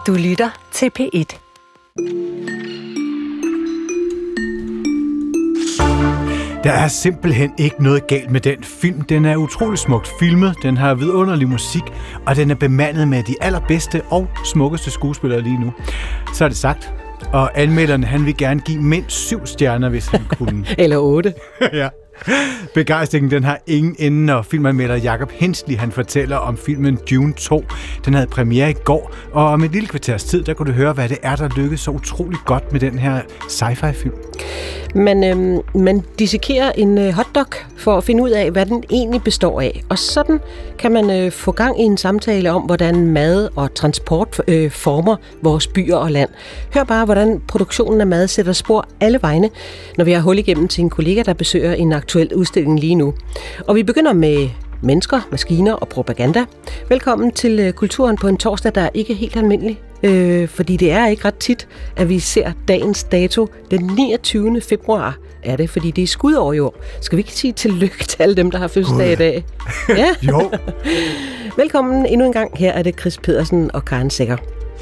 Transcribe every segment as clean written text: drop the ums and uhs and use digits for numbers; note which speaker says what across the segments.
Speaker 1: Du lytter til P1.
Speaker 2: Der er simpelthen ikke noget galt med den film. Den er utrolig smukt filmet, den har vidunderlig musik, og den er bemandet med de allerbedste og smukkeste skuespillere lige nu. Så er det sagt. Og anmelderen, han vil gerne give mindst 7 stjerner, hvis han kunne.
Speaker 1: Eller 8.
Speaker 2: Ja. Begejstringen, den har ingen ende, når filmanmelder Jacob Hensley, han fortæller om filmen Dune 2. Den havde premiere i går, og om et lille kvarters tid, der kunne du høre, hvad det er, der lykkedes så utroligt godt med den her sci-fi-film.
Speaker 1: Man dissekerer en hotdog for at finde ud af, hvad den egentlig består af. Og sådan kan man få gang i en samtale om, hvordan mad og transport former vores byer og land. Hør bare, hvordan produktionen af mad sætter spor alle vegne, når vi har hul igennem til en kollega, der besøger en aktuel udstilling lige nu. Og vi begynder med mennesker, maskiner og propaganda. Velkommen til Kulturen på en torsdag, der er ikke helt almindelig. Fordi det er ikke ret tit, at vi ser dagens dato. Den 29. februar er det, fordi det er skudår i år. Skal vi ikke sige tillykke til alle dem, der har fødselsdag i dag? Ja.
Speaker 2: Jo.
Speaker 1: Velkommen endnu en gang. Her er det Chris Pedersen og Karen Sækker.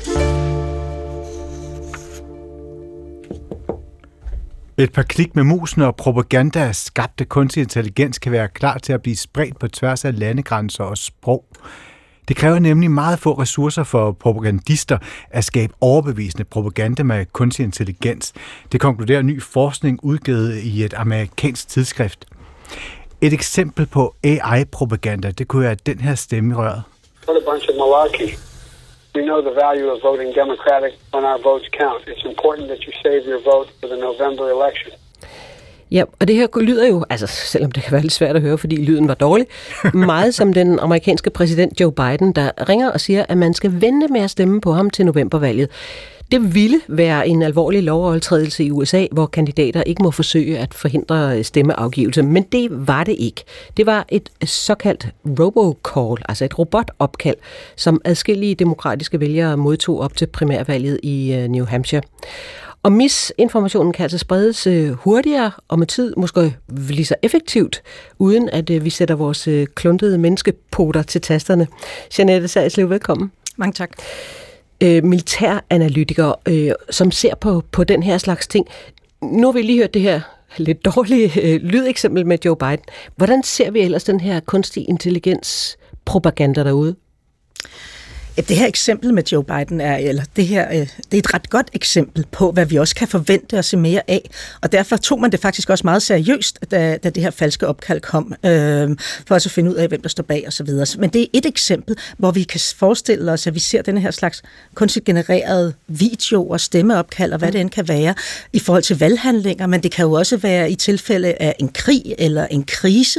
Speaker 2: Et par klik med musen og propaganda af skabte kunstig intelligens kan være klar til at blive spredt på tværs af landegrænser og sprog. Det kræver nemlig meget få ressourcer for propagandister at skabe overbevisende propaganda med kunstig intelligens. Det konkluderer ny forskning udgivet i et amerikansk tidsskrift. Et eksempel på AI-propaganda, det kunne være den her stemme i røret.
Speaker 3: What a bunch of malarkey. We know the value of voting Democratic when our votes count. It's important that you save your vote for the November election.
Speaker 1: Ja, og det her lyder jo, altså selvom det kan være lidt svært at høre, fordi lyden var dårlig, meget som den amerikanske præsident Joe Biden, der ringer og siger, at man skal vente med at stemme på ham til novembervalget. Det ville være en alvorlig lovovertrædelse i USA, hvor kandidater ikke må forsøge at forhindre stemmeafgivelse, men det var det ikke. Det var et såkaldt robocall, altså et robotopkald, som adskillige demokratiske vælgere modtog op til primærvalget i New Hampshire. Og misinformationen kan altså spredes hurtigere og med tid måske lige så effektivt, uden at vi sætter vores kluntede menneskepoter til tasterne. Jeanette Salslev, velkommen.
Speaker 4: Mange tak.
Speaker 1: Militæranalytiker, som ser på den her slags ting. Nu har vi lige hørt det her lidt dårlige lydeksempel med Joe Biden. Hvordan ser vi ellers den her kunstig intelligens propaganda derude?
Speaker 4: Ja, det her eksempel med Joe Biden det er et ret godt eksempel på, hvad vi også kan forvente at se mere af. Og derfor tog man det faktisk også meget seriøst, da det her falske opkald kom, for også at finde ud af, hvem der står bag osv. Men det er et eksempel, hvor vi kan forestille os, at vi ser denne her slags kunstigt genererede videoer, stemmeopkald og hvad det end kan være i forhold til valghandlinger, men det kan jo også være i tilfælde af en krig eller en krise,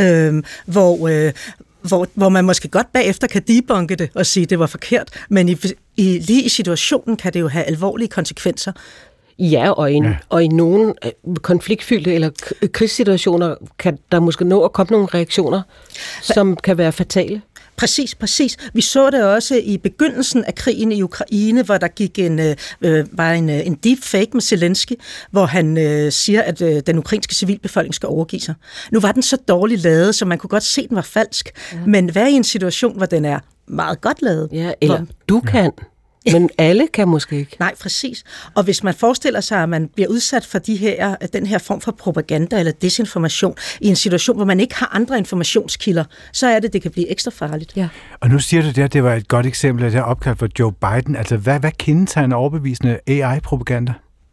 Speaker 4: hvor man måske godt bagefter kan debunke det og sige, at det var forkert, men lige i situationen kan det jo have alvorlige konsekvenser.
Speaker 1: Ja, og i nogle konfliktfyldte eller krigssituationer kan der måske nå at komme nogle reaktioner, som kan være fatale.
Speaker 4: Præcis. Vi så det også i begyndelsen af krigen i Ukraine, hvor der gik en deepfake med Zelensky, hvor han siger, at den ukrainske civilbefolkning skal overgive sig. Nu var den så dårligt lavet, så man kunne godt se, at den var falsk. Ja. Men hvad i en situation, hvor den er meget godt lavet?
Speaker 1: Ja, eller du kan. Men alle kan måske ikke.
Speaker 4: Nej, præcis. Og hvis man forestiller sig, at man bliver udsat for den her form for propaganda eller desinformation i en situation, hvor man ikke har andre informationskilder, så er det kan blive ekstra farligt. Ja.
Speaker 2: Og nu siger du det var et godt eksempel af det her opkald for Joe Biden. Altså, hvad kendetegner overbevisende AI-propaganda?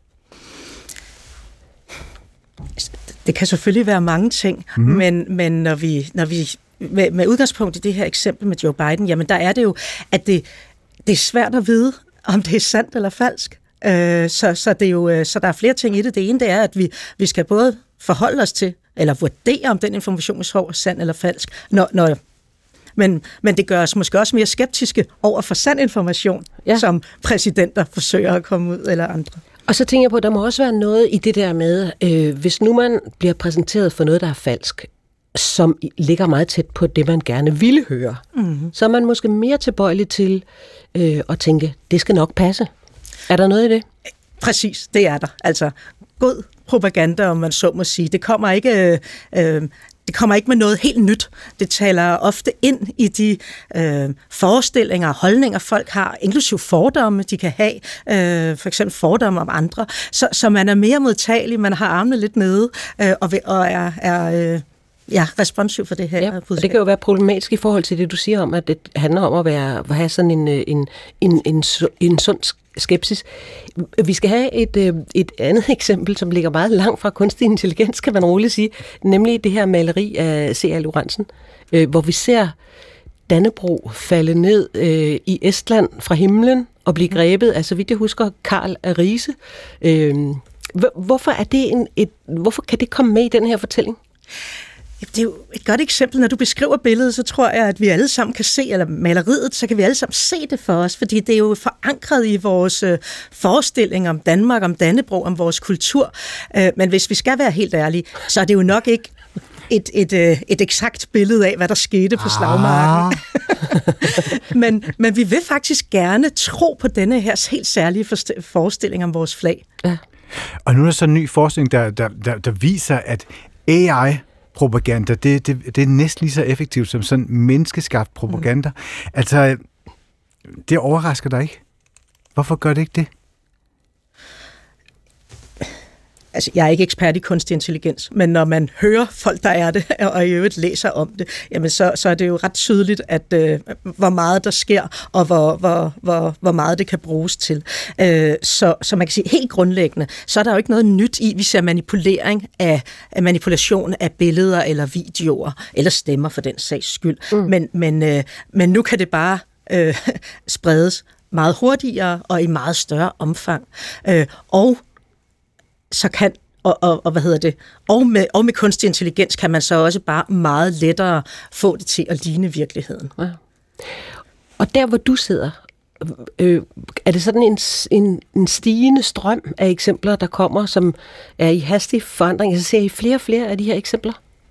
Speaker 4: Det kan selvfølgelig være mange ting, men når vi med udgangspunkt i det her eksempel med Joe Biden, jamen der er det jo, at det er svært at vide, om det er sandt eller falsk. Så der er flere ting i det. Det ene det er, at vi skal både forholde os til, eller vurdere, om den information er sand eller falsk. Men det gør os måske også mere skeptiske over for sand information, som præsidenter forsøger at komme ud, eller andre.
Speaker 1: Og så tænker jeg på, at der må også være noget i det der med, hvis nu man bliver præsenteret for noget, der er falsk, som ligger meget tæt på det, man gerne ville høre, så er man måske mere tilbøjelig til at tænke, det skal nok passe. Er der noget i det?
Speaker 4: Præcis, det er der. Altså, god propaganda, om man så må sige. Det kommer ikke det kommer ikke med noget helt nyt. Det taler ofte ind i de forestillinger og holdninger, folk har, inklusive fordomme, de kan have, for eksempel fordomme om andre. Så man er mere modtagelig, man har armene lidt nede, og er responsiv for det her.
Speaker 1: Ja, og det kan jo være problematisk i forhold til det, du siger om, at det handler om at have sådan en sund skepsis. Vi skal have et andet eksempel, som ligger meget langt fra kunstig intelligens, kan man roligt sige, nemlig det her maleri af C.A. Lorentzen, hvor vi ser Dannebrog falde ned i Estland fra himlen og blive grebet af, så vidt jeg husker, Karl af Riise. Hvorfor kan det komme med i den her fortælling?
Speaker 4: Det er jo et godt eksempel. Når du beskriver billedet, så tror jeg, at vi alle sammen kan se, eller maleriet, så kan vi alle sammen se det for os, fordi det er jo forankret i vores forestilling om Danmark, om Dannebrog, om vores kultur. Men hvis vi skal være helt ærlige, så er det jo nok ikke et eksakt billede af, hvad der skete på slagmarken. men vi vil faktisk gerne tro på denne her helt særlige forestilling om vores flag.
Speaker 2: Ja. Og nu er der så en ny forskning, der viser, at AI-propaganda, det er næsten lige så effektivt som sådan menneskeskabt propaganda. Altså, det overrasker dig ikke? Hvorfor gør det ikke det?
Speaker 4: Altså, jeg er ikke ekspert i kunstig intelligens, men når man hører folk, der er det, og i øvrigt læser om det, jamen så er det jo ret tydeligt, at hvor meget der sker, og hvor meget det kan bruges til. Så man kan sige, helt grundlæggende, så er der jo ikke noget nyt i, vi ser manipulation af billeder eller videoer, eller stemmer for den sags skyld. Men nu kan det bare spredes meget hurtigere og i meget større omfang. Og så kan, og med kunstig intelligens kan man så også bare meget lettere få det til at ligne virkeligheden.
Speaker 1: Ja. Og der, hvor du sidder, er det sådan en stigende strøm af eksempler, der kommer, som er i hastig forandring? Altså ser I flere og flere af de her eksempler?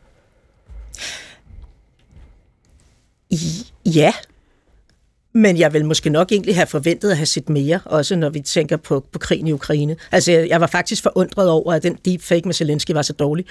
Speaker 4: Ja. Men jeg vil måske nok egentlig have forventet at have set mere, også når vi tænker på krigen i Ukraine. Altså, jeg var faktisk forundret over, at den deepfake med Zelensky var så dårlig.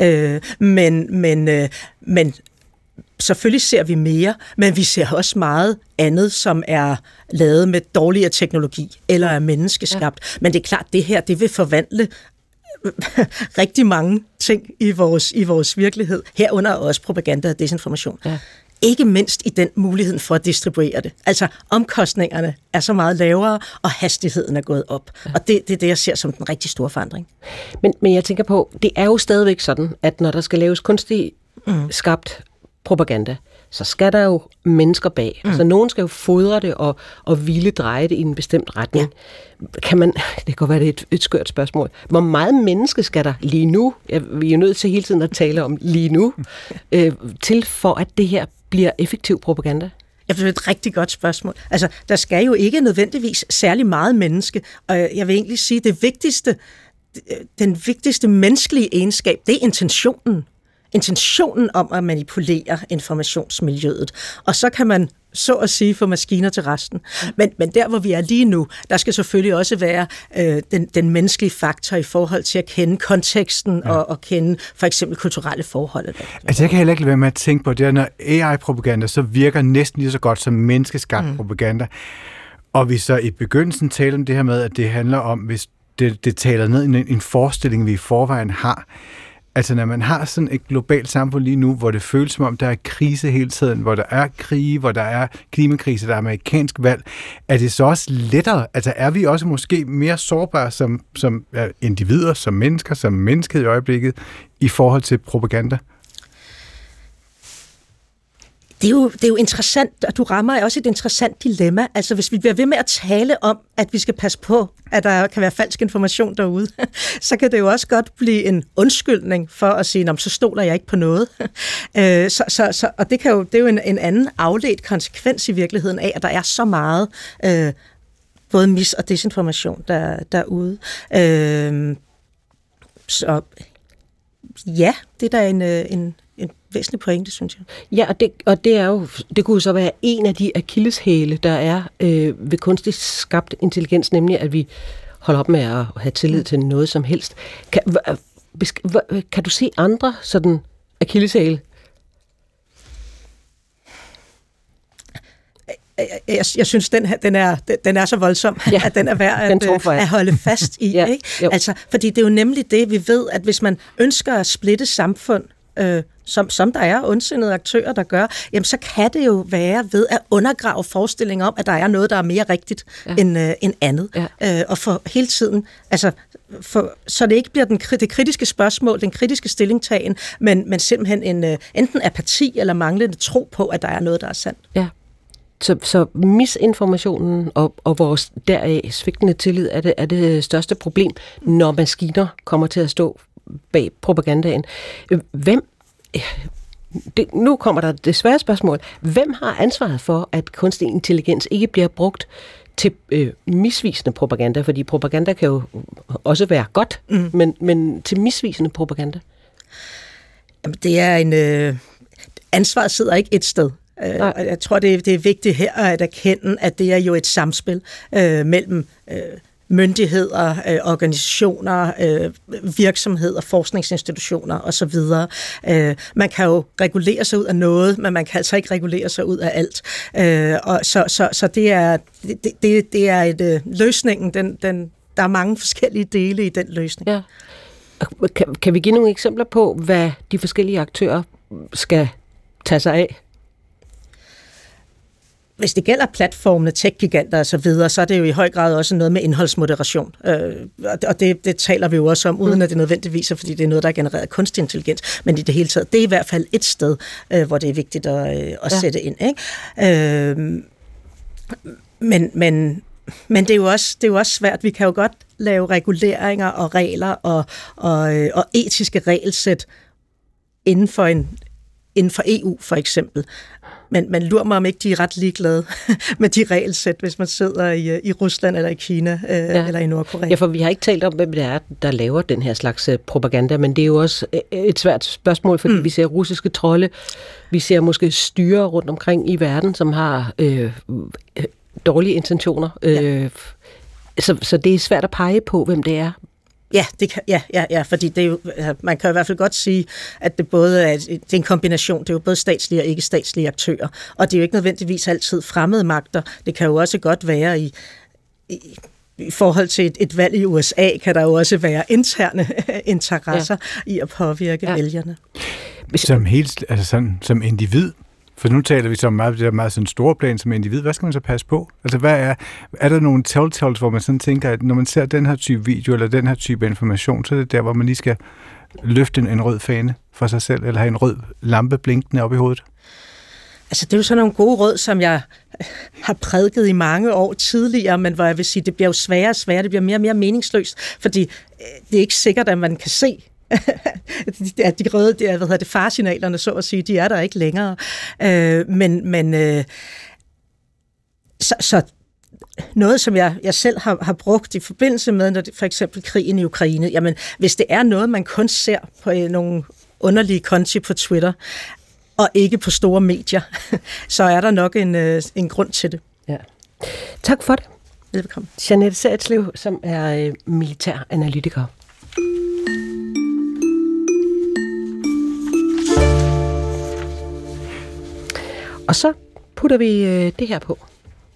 Speaker 4: Men selvfølgelig ser vi mere, men vi ser også meget andet, som er lavet med dårligere teknologi eller er menneskeskabt. Ja. Men det er klart, det her, det vil forvandle rigtig mange ting i vores virkelighed, herunder også propaganda og desinformation. Ja. Ikke mindst i den mulighed for at distribuere det. Altså, omkostningerne er så meget lavere, og hastigheden er gået op. Ja. Og det er det, jeg ser som den rigtig store forandring.
Speaker 1: Men jeg tænker på, det er jo stadigvæk sådan, at når der skal laves kunstig skabt propaganda, så skal der jo mennesker bag. Altså, nogen skal jo fodre det og ville dreje det i en bestemt retning. Ja. Det kan godt være, det er et skørt spørgsmål. Hvor meget menneske skal der lige nu, vi er jo nødt til hele tiden at tale om lige nu, til for at det her bliver effektiv propaganda?
Speaker 4: Jeg synes, det er et rigtig godt spørgsmål. Altså, der skal jo ikke nødvendigvis særlig meget menneske, og jeg vil egentlig sige, at den vigtigste menneskelige egenskab, det er intentionen. Intentionen om at manipulere informationsmiljøet. Og så kan man så at sige få maskiner til resten. Men der, hvor vi er lige nu, der skal selvfølgelig også være den menneskelige faktor i forhold til at kende konteksten og kende for eksempel kulturelle forhold.
Speaker 2: Altså jeg kan heller ikke lade være med at tænke på, det når AI-propaganda så virker næsten lige så godt som menneskeskabt propaganda. Og vi så i begyndelsen taler om det her med, at det handler om, hvis det taler ned i en forestilling, vi i forvejen har. Altså, når man har sådan et globalt samfund lige nu, hvor det føles som om, der er krise hele tiden, hvor der er krige, hvor der er klimakrise, der er amerikansk valg, er det så også lettere? Altså, er vi også måske mere sårbare som individer, som mennesker, som mennesket i øjeblikket, i forhold til propaganda?
Speaker 4: Det er jo interessant, og du rammer også et interessant dilemma. Altså, hvis vi bliver ved med at tale om, at vi skal passe på, at der kan være falsk information derude, så kan det jo også godt blive en undskyldning for at sige, så stoler jeg ikke på noget. Og det er jo en anden afledt konsekvens i virkeligheden af, at der er så meget både mis- og desinformation derude. Så ja, det er da en væsentlig pointe, synes jeg.
Speaker 1: Ja, og det kunne så være en af de akilleshæle, der er ved kunstigt skabt intelligens, nemlig at vi holder op med at have tillid til noget som helst. Kan du se andre sådan akilleshæle?
Speaker 4: Jeg synes, den er så voldsom, at den er værd at holde fast i. Ja, ikke? Altså, fordi det er jo nemlig det, vi ved, at hvis man ønsker at splitte samfund, som der er ondsindede aktører, der gør, jamen så kan det jo være ved at undergrave forestillingen om, at der er noget, der er mere rigtigt end andet. Ja. Og for hele tiden, altså, så det ikke bliver det kritiske spørgsmål, den kritiske stillingtagen, men simpelthen enten apati eller manglende tro på, at der er noget, der er sandt.
Speaker 1: Ja. Så misinformationen og vores deraf svigtende tillid er det største problem, når maskiner kommer til at stå bag propagandaen. Nu kommer der det svære spørgsmål. Hvem har ansvaret for, at kunstig intelligens ikke bliver brugt til misvisende propaganda? Fordi propaganda kan jo også være godt, men til misvisende propaganda?
Speaker 4: Jamen, det er ansvaret sidder ikke et sted. Og jeg tror, det er vigtigt her at erkende, at det er jo et samspil mellem myndigheder, organisationer, virksomheder, forskningsinstitutioner osv. Man kan jo regulere sig ud af noget, men man kan altså ikke regulere sig ud af alt. Og så det er et løsningen. Der er mange forskellige dele i den løsning. Ja.
Speaker 1: Kan vi give nogle eksempler på, hvad de forskellige aktører skal tage sig af?
Speaker 4: Hvis det gælder platformene, tech-giganter og så videre, så er det jo i høj grad også noget med indholdsmoderation. Og det taler vi jo også om, uden at det nødvendigvis er, fordi det er noget, der er genereret kunstig intelligens. Men i det hele taget, det er i hvert fald et sted, hvor det er vigtigt at sætte ind. Ikke? Men det er jo også svært. Vi kan jo godt lave reguleringer og regler og etiske regelsæt inden for EU for eksempel. Men lurer mig om ikke, de er ret ligeglade med de regelsæt, hvis man sidder i Rusland eller i Kina eller i Nordkorea.
Speaker 1: Ja, for vi har ikke talt om, hvem det er, der laver den her slags propaganda, men det er jo også et svært spørgsmål, fordi vi ser russiske trolde, vi ser måske styre rundt omkring i verden, som har dårlige intentioner. Så det er svært at pege på, hvem det er.
Speaker 4: Ja, fordi det er jo, man kan i hvert fald godt sige, at det både er, det er en kombination, det er jo både statslige og ikke-statslige aktører, og det er jo ikke nødvendigvis altid fremmede magter. Det kan jo også godt være i forhold til et valg i USA, kan der jo også være interne interesser i at påvirke vælgerne.
Speaker 2: Som individ. For nu taler vi så meget, det er meget sådan store plan som individ. Hvad skal man så passe på? Altså, er der nogle telltales, hvor man sådan tænker, at når man ser den her type video, eller den her type information, så er det der, hvor man lige skal løfte en rød fane for sig selv, eller have en rød lampe blinkende op i hovedet?
Speaker 4: Altså, det er jo sådan nogle gode råd, som jeg har prædiket i mange år tidligere, men hvor jeg vil sige, det bliver jo sværere og sværere, det bliver mere og mere meningsløst, fordi det er ikke sikkert, at man kan se, at de røde, faresignalerne, så at sige, de er der ikke længere. Så noget, som jeg selv har brugt i forbindelse med, når det, for eksempel krigen i Ukraine, jamen, hvis det er noget, man kun ser på nogle underlige konti på Twitter, og ikke på store medier, så er der nok en grund til det.
Speaker 1: Ja. Tak for det.
Speaker 4: Velkommen.
Speaker 1: Jeanette Sertslev, som er militær analytiker. Og så putter vi det her på.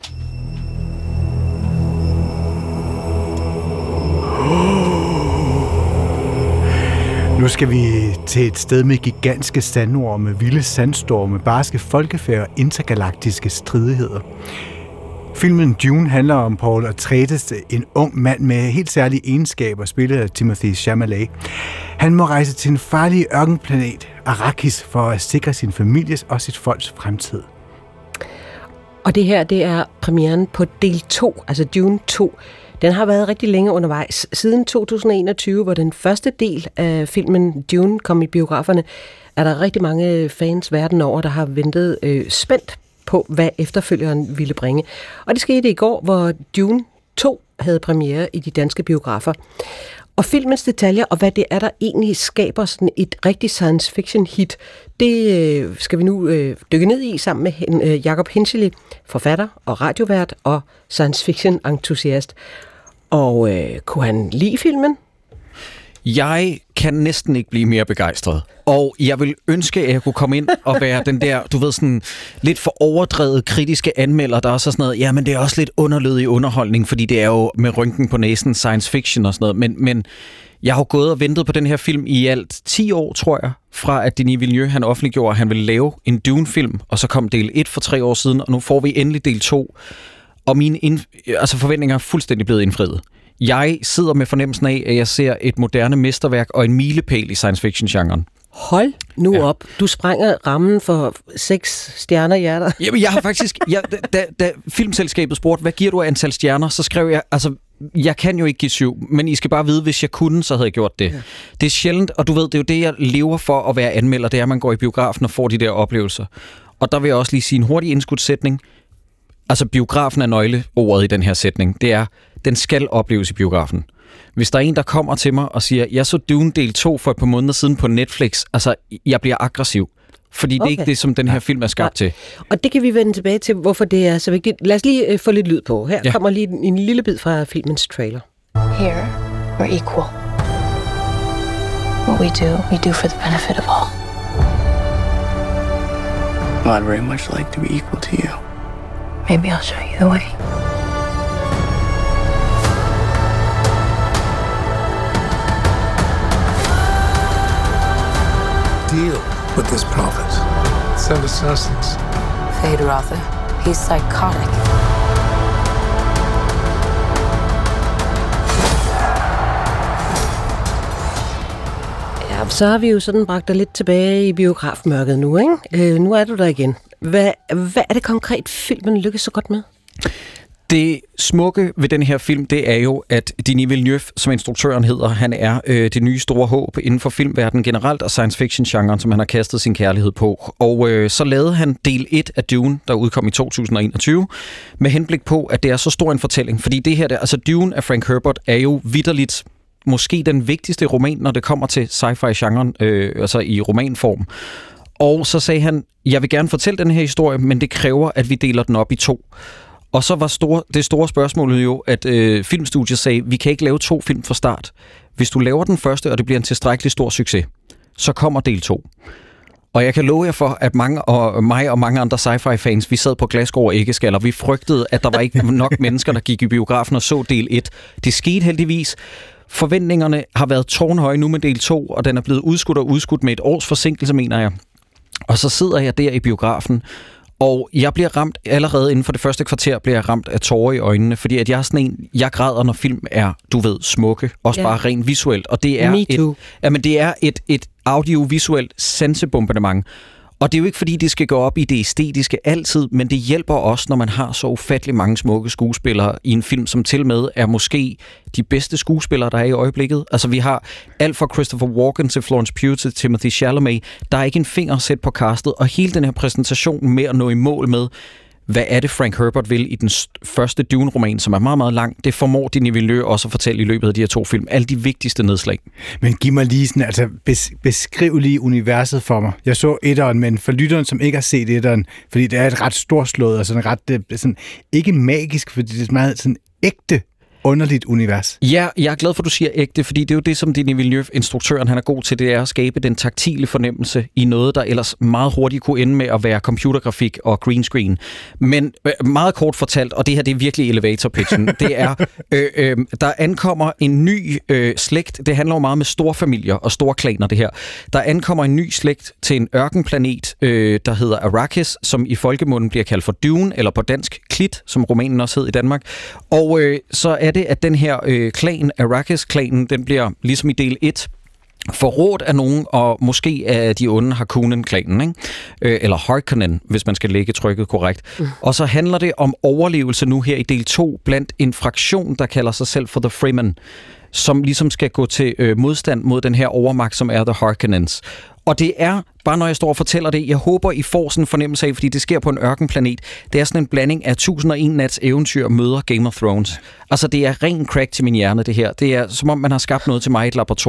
Speaker 2: Nu skal vi til et sted med gigantiske sandorme, vilde sandstorme, barske folkefærd og intergalaktiske stridigheder. Filmen Dune handler om Paul Atreides, en ung mand med helt særlige egenskaber, spillet af Timothée Chalamet. Han må rejse til en farlig ørkenplanet, Arrakis, for at sikre sin families og sit folks fremtid.
Speaker 1: Og det her, det er premieren på del 2, altså Dune 2. Den har været rigtig længe undervejs. Siden 2021, hvor den første del af filmen Dune kom i biograferne, er der rigtig mange fans verden over, der har ventet spændt på, hvad efterfølgeren ville bringe. Og det skete i går, hvor Dune 2 havde premiere i de danske biografer. Og filmens detaljer, og hvad det er, der egentlig skaber sådan et rigtig science fiction hit, det skal vi nu dykke ned i sammen med Jacob Hinchely, forfatter og radiovært og science fiction entusiast. Og kunne han lide filmen?
Speaker 5: Jeg kan næsten ikke blive mere begejstret. Og jeg vil ønske, at jeg kunne komme ind og være den der, du ved, sådan lidt for overdrevet kritiske anmelder, der også er sådan noget, ja, men det er også lidt underlødig underholdning, fordi det er jo med rynken på næsen science fiction og sådan noget. Men jeg har jo gået og ventet på den her film i alt 10 år, tror jeg, fra at Denis Villeneuve, han offentliggjorde, at han ville lave en Dune-film, og så kom del 1 for 3 år siden, og nu får vi endelig del 2. Og mine forventninger er fuldstændig blevet indfriet. Jeg sidder med fornemmelsen af, at jeg ser et moderne mesterværk og en milepæl i science fiction-genren.
Speaker 1: Hold nu op. Du sprænger rammen for 6 stjerner hjerter.
Speaker 5: Jamen, jeg har faktisk... Da filmselskabet spurgte, hvad giver du af antal stjerner, så skrev jeg, altså, jeg kan jo ikke give 7, men I skal bare vide, hvis jeg kunne, så havde jeg gjort det. Ja. Det er sjældent, og du ved, det er jo det, jeg lever for at være anmelder, det er, at man går i biografen og får de der oplevelser. Og der vil jeg også lige sige en hurtig indskudssætning. Altså, biografen er nøgleordet i den her sætning. Det er, den skal opleves i biografen. Hvis der er en, der kommer til mig og siger, jeg så Dune del 2 for et par måneder siden på Netflix, altså, jeg bliver aggressiv. Fordi det er ikke det, som den her film er skabt til.
Speaker 1: Og det kan vi vende tilbage til, hvorfor det er så vigtigt. Lad os lige få lidt lyd på. Her kommer lige en lille bid fra filmens trailer.
Speaker 6: Here, we're equal. What we do for the benefit of all.
Speaker 7: Well, I'd very much like to be equal to you.
Speaker 6: Maybe I'll show you the way.
Speaker 7: Deal with this prophet. Son of Sussex.
Speaker 6: Feyd-Rautha. He's psychotic.
Speaker 1: Ja, så har vi jo sådan bragt dig lidt tilbage i biografmørket nu, ikke? Nu er du der igen. Hvad er det konkret, filmen lykkes så godt med?
Speaker 5: Det smukke ved den her film, det er jo, at Denis Villeneuve, som instruktøren hedder, han er det nye store håb inden for filmverdenen generelt og science fiction-genren, som han har kastet sin kærlighed på. Og så lavede han del 1 af Dune, der udkom i 2021, med henblik på, at det er så stor en fortælling. Fordi det her, altså Dune af Frank Herbert, er jo vitterligt måske den vigtigste roman, når det kommer til sci-fi-genren, altså i romanform. Og så sagde han, jeg vil gerne fortælle den her historie, men det kræver, at vi deler den op i 2. Og så var det store spørgsmål jo, at filmstudiet sagde, vi kan ikke lave 2 film fra start. Hvis du laver den første, og det bliver en tilstrækkelig stor succes, så kommer del 2. Og jeg kan love jer for, at mig og mange andre sci-fi-fans, vi sad på glasgård og æggeskaller. Vi frygtede, at der var ikke nok mennesker, der gik i biografen og så del 1. Det skete heldigvis. Forventningerne har været tårnhøje nu med del 2, og den er blevet udskudt med et års forsinkelse, mener jeg. Og så sidder jeg der i biografen, og jeg bliver ramt, allerede inden for det første kvarter, bliver jeg ramt af tårer i øjnene, fordi at jeg græder, når film er, du ved, smukke, også bare rent visuelt. Og det er et audiovisuelt sansebombardement. Og det er jo ikke, fordi det skal gå op i det æstetiske altid, men det hjælper også, når man har så ufattelig mange smukke skuespillere i en film, som til med er måske de bedste skuespillere, der er i øjeblikket. Altså, vi har alt fra Christopher Walken til Florence Pugh til Timothée Chalamet. Der er ikke en finger sæt på castet, og hele den her præsentation med at nå i mål med, hvad er det, Frank Herbert vil i den første Dune-roman, som er meget, meget lang. Det formår Denis Villeneuve også at fortælle i løbet af de her 2 film. Alle de vigtigste nedslag.
Speaker 2: Men giv mig lige sådan, altså beskriv lige universet for mig. Jeg så etteren, men for lytteren, som ikke har set etteren, fordi det er et ret storslået og sådan ret, sådan, ikke magisk, fordi det er meget sådan ægte, underligt univers.
Speaker 5: Ja, jeg er glad for, at du siger ægte, fordi det er jo det, som Denis Villeneuve, instruktøren, han er god til, det er at skabe den taktile fornemmelse i noget, der ellers meget hurtigt kunne ende med at være computergrafik og green screen. Men meget kort fortalt, og det her det er virkelig elevator pitchen, det er, der ankommer en ny slægt, det handler jo meget med store familier og store klaner det her. Der ankommer en ny slægt til en ørkenplanet, der hedder Arrakis, som i folkemunden bliver kaldt for Dune, eller på dansk Klit, som romanen også hed i Danmark. Og så er det, at den her klan, Arrakis-klanen, den bliver ligesom i del 1 forrådt af nogen, og måske af de onde Harkonnen-klanen, ikke? Eller Harkonnen, hvis man skal lægge trykket korrekt. Og så handler det om overlevelse nu her i del 2 blandt en fraktion, der kalder sig selv for The Fremen, som ligesom skal gå til modstand mod den her overmagt, som er The Harkonnens. Og det er, bare når jeg står og fortæller det, jeg håber, I får sådan en fornemmelse af, fordi det sker på en ørkenplanet. Det er sådan en blanding af 1001 nats eventyr møder Game of Thrones. Altså, det er ren crack til min hjerne, det her. Det er, som om man har skabt noget til mig i et laboratorie.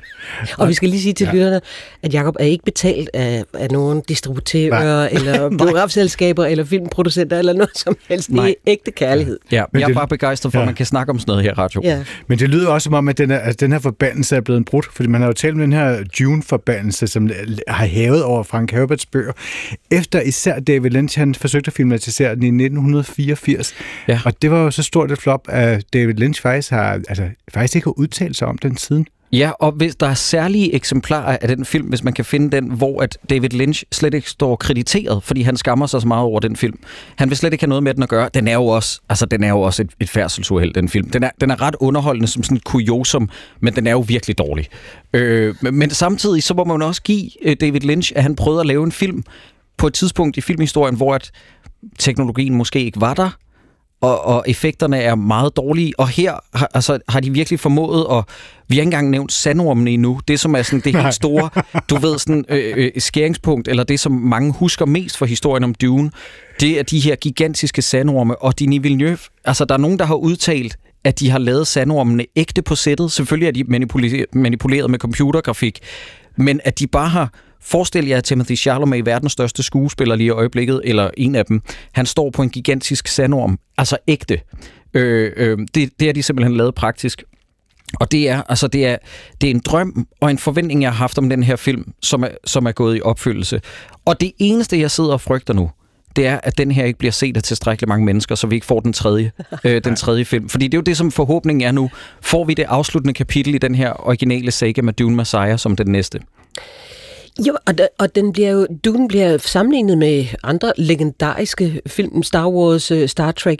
Speaker 1: Og vi skal lige sige til lytterne, at Jacob er ikke betalt af nogen distributører, eller biografselskaber, eller filmproducenter, eller noget som helst. Det er ægte kærlighed.
Speaker 5: Ja, men jeg er bare begejstret for, at man kan snakke om sådan noget her i radio.
Speaker 1: Ja.
Speaker 2: Men det lyder også som om, at den her forbandelse er blevet en brudt, fordi man har jo talt om den her Dune-forbandelse, som har hævet over Frank Herberts bøger, efter især David Lynch, han forsøgte at filmatisere den i 1984. Ja. Og det var jo så stort et flop, at David Lynch faktisk ikke har udtalt sig om den siden.
Speaker 5: Ja, og hvis der er særlige eksemplarer af den film, hvis man kan finde den, hvor at David Lynch slet ikke står krediteret, fordi han skammer sig så meget over den film. Han vil slet ikke have noget med den at gøre. Den er jo også et færdselsuheld, den film. Den er ret underholdende som sådan et kuriosum, men den er jo virkelig dårlig. Men samtidig så må man også give David Lynch, at han prøvede at lave en film på et tidspunkt i filmhistorien, hvor at teknologien måske ikke var der, og effekterne er meget dårlige, og her har de virkelig formået, og vi har ikke engang nævnt sandormene endnu, det som er sådan det helt store, du ved, sådan skæringspunkt, eller det som mange husker mest for historien om Dune, det er de her gigantiske sandorme, og Denis Villeneuve, altså der er nogen, der har udtalt, at de har lavet sandormene ægte på sættet, selvfølgelig er de manipuleret med computergrafik, men at de bare har forestil jer, at Timothée Chalamet, verdens største skuespiller lige i øjeblikket, eller en af dem, han står på en gigantisk sandorm, altså ægte. Det har de simpelthen lavet praktisk. Og det er en drøm og en forventning, jeg har haft om den her film, som er gået i opfyldelse. Og det eneste, jeg sidder og frygter nu, det er, at den her ikke bliver set af tilstrækkeligt mange mennesker, så vi ikke får den tredje film. Fordi det er jo det, som forhåbningen er nu. Får vi det afsluttende kapitel i den her originale saga med Dune Messiah som den næste?
Speaker 1: Jo, og Dune bliver sammenlignet med andre legendariske film, Star Wars, Star Trek,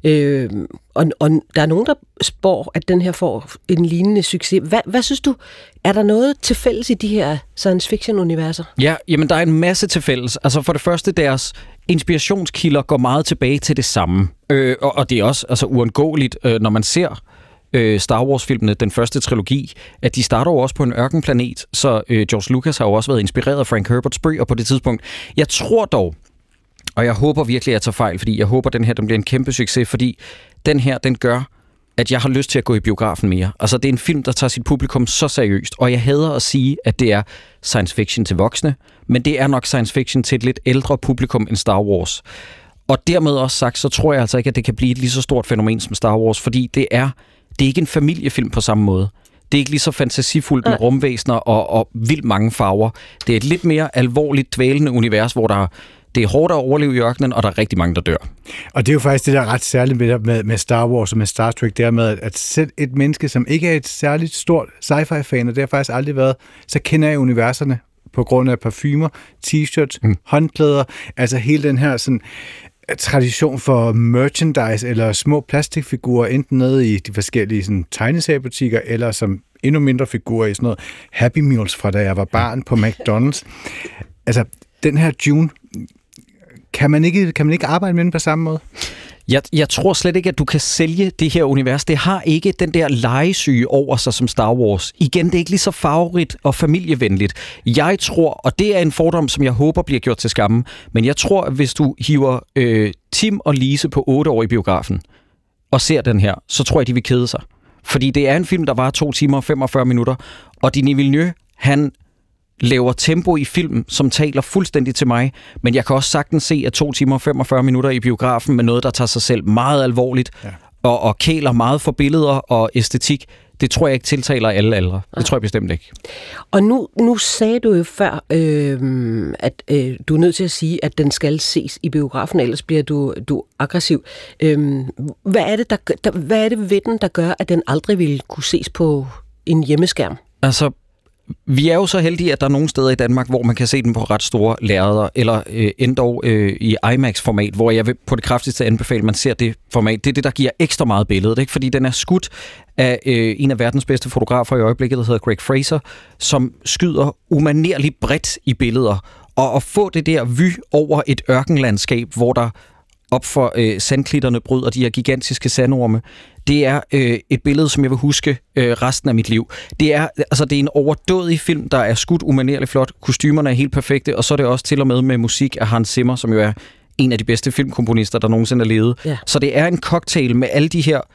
Speaker 1: og der er nogen, der spår, at den her får en lignende succes. Hvad synes du, er der noget til fælles i de her science fiction-universer? Ja,
Speaker 5: jamen der er en masse til fælles. Altså for det første, deres inspirationskilder går meget tilbage til det samme. Og det er også uundgåeligt, når man ser Star Wars-filmene, den første trilogi, at de starter jo også på en ørkenplanet, så George Lucas har jo også været inspireret af Frank Herberts bøger på det tidspunkt. Jeg tror dog, og jeg håber virkelig, at jeg tager fejl, fordi jeg håber, den her den bliver en kæmpe succes, fordi den her, den gør, at jeg har lyst til at gå i biografen mere. Altså, det er en film, der tager sit publikum så seriøst, og jeg hader at sige, at det er science fiction til voksne, men det er nok science fiction til et lidt ældre publikum end Star Wars. Og dermed også sagt, så tror jeg altså ikke, at det kan blive et lige så stort fænomen som Star Wars, fordi det er ikke en familiefilm på samme måde. Det er ikke lige så fantasifuldt med rumvæsener og vildt mange farver. Det er et lidt mere alvorligt dvælende univers, hvor det er hårdt at overleve i ørkenen, og der er rigtig mange, der dør. Og
Speaker 2: det er jo faktisk det, der er ret særligt med Star Wars og med Star Trek, det er med, at selv et menneske, som ikke er et særligt stort sci-fi-fan, og det har faktisk aldrig været, så kender jeg universerne på grund af parfumer, t-shirts, håndklæder, altså hele den her sådan tradition for merchandise eller små plastikfigurer, enten nede i de forskellige sådan, tegneseriebutikker, eller som endnu mindre figurer i sådan noget Happy Meals fra da jeg var barn på McDonald's. Altså, den her Dune, kan man ikke arbejde med den på samme måde?
Speaker 5: Jeg tror slet ikke, at du kan sælge det her univers. Det har ikke den der legesyge over sig som Star Wars. Igen, det er ikke lige så farverigt og familievenligt. Jeg tror, og det er en fordom, som jeg håber bliver gjort til skamme, men jeg tror, at hvis du hiver Tim og Lise på 8 år i biografen og ser den her, så tror jeg, de vil kede sig. Fordi det er en film, der var 2 timer og 45 minutter, og Denis Villeneuve, han laver tempo i film, som taler fuldstændig til mig, men jeg kan også sagtens se, at 2 timer og 45 minutter i biografen med noget, der tager sig selv meget alvorligt, og kæler meget for billeder og æstetik, det tror jeg ikke tiltaler alle aldre. Det tror jeg bestemt ikke.
Speaker 1: Og nu sagde du jo før, at du er nødt til at sige, at den skal ses i biografen, ellers bliver du aggressiv. Hvad er det ved den, der gør, at den aldrig ville kunne ses på en hjemmeskærm?
Speaker 5: Altså, vi er jo så heldige, at der er nogle steder i Danmark, hvor man kan se den på ret store lærreder, eller endog i IMAX-format, hvor jeg vil på det kraftigste anbefale, at man ser det format. Det er det, der giver ekstra meget billedet, ikke? Fordi den er skudt af en af verdens bedste fotografer i øjeblikket, der hedder Greg Fraser, som skyder umanerligt bredt i billeder. Og at få det der vy over et ørkenlandskab, hvor der op for sandklitterne bryder de her gigantiske sandorme, det er et billede, som jeg vil huske resten af mit liv. Det er en overdådig film, der er skudt umanerligt flot. Kostymerne er helt perfekte, og så er det også til og med musik af Hans Zimmer, som jo er en af de bedste filmkomponister, der nogensinde har levet. Ja. Så det er en cocktail med alle de her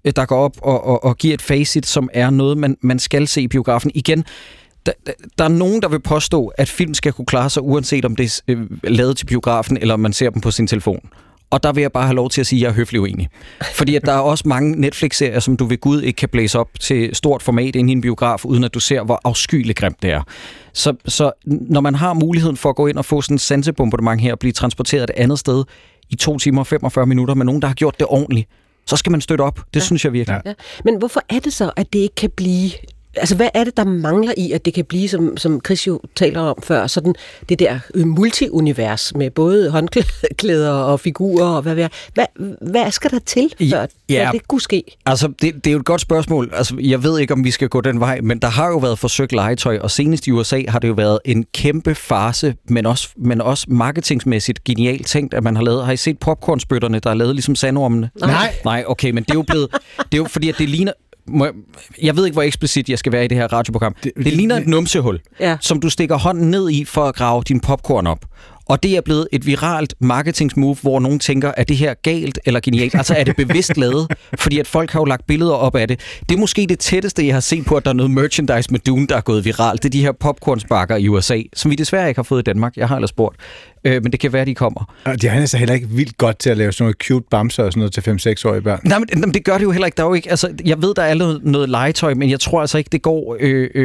Speaker 5: der går op og giver et facit, som er noget, man skal se i biografen. Igen, der er nogen, der vil påstå, at film skal kunne klare sig, uanset om det er lavet til biografen, eller om man ser dem på sin telefon. Og der vil jeg bare have lov til at sige, at jeg er høflig uenig. Fordi at der er også mange Netflix-serier, som du ved Gud ikke kan blæse op til stort format ind i en biograf, uden at du ser, hvor afskyeligt grimt det er. Så når man har muligheden for at gå ind og få sådan en sansebombardement her, og blive transporteret et andet sted i 2 timer og 45 minutter med nogen, der har gjort det ordentligt, så skal man støtte op. Det synes jeg virkelig.
Speaker 1: Ja. Men hvorfor er det så, at det ikke kan blive... Altså, hvad er det, der mangler i, at det kan blive, som Chris jo taler om før, sådan det der multi-univers med både håndklæder og figurer og hvad hvad skal der til, før det kunne ske?
Speaker 5: Altså, det er jo et godt spørgsmål. Altså, jeg ved ikke, om vi skal gå den vej, men der har jo været forsøgt legetøj, og senest i USA har det jo været en kæmpe farce, men også marketingsmæssigt genialt tænkt, at man har lavet... Har I set popcornspytterne, der er lavet ligesom sandormene? Nej, okay, men det er jo blevet... Det er jo fordi, at det ligner... Jeg ved ikke, hvor eksplicit jeg skal være i det her radioprogram. Det ligner et numsehul, som du stikker hånden ned i for at grave din popcorn op. Og det er blevet et viralt marketingsmove, hvor nogen tænker, er det her galt eller genialt? Altså er det bevidst lavet? Fordi at folk har jo lagt billeder op af det. Det er måske det tætteste, jeg har set på, at der er noget merchandise med Dune, der er gået viralt. Det er de her popcornsbakker i USA, som vi desværre ikke har fået i Danmark. Jeg har ellers spurgt. Men det kan være, de kommer.
Speaker 2: Og de er altså heller ikke vildt godt til at lave sådan noget cute bamser og sådan noget til 5-6-årige børn.
Speaker 5: Nej, men det gør det jo heller ikke. Der er jo ikke, altså, jeg ved, der er noget legetøj, men jeg tror altså ikke, det går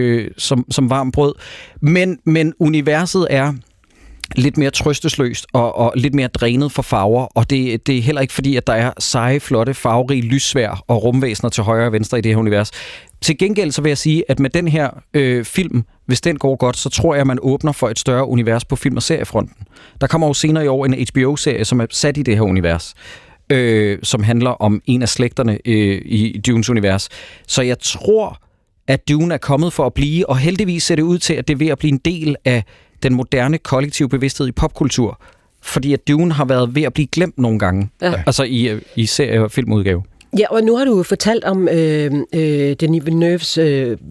Speaker 5: som varmt brød. Men universet er lidt mere trøstesløst og lidt mere drænet for farver, og det er heller ikke fordi, at der er seje, flotte, farverige lyssværd og rumvæsener til højre og venstre i det her univers. Til gengæld så vil jeg sige, at med den her film, hvis den går godt, så tror jeg, at man åbner for et større univers på film- og seriefronten. Der kommer jo senere i år en HBO-serie, som er sat i det her univers, som handler om en af slægterne i Dunes univers. Så jeg tror, at Dune er kommet for at blive, og heldigvis ser det ud til, at det er ved at blive en del af den moderne kollektive bevidsthed i popkultur, fordi at Dune har været ved at blive glemt nogle gange, altså i serie- og filmudgave. Ja,
Speaker 1: og nu har du fortalt om Denis Villeneuves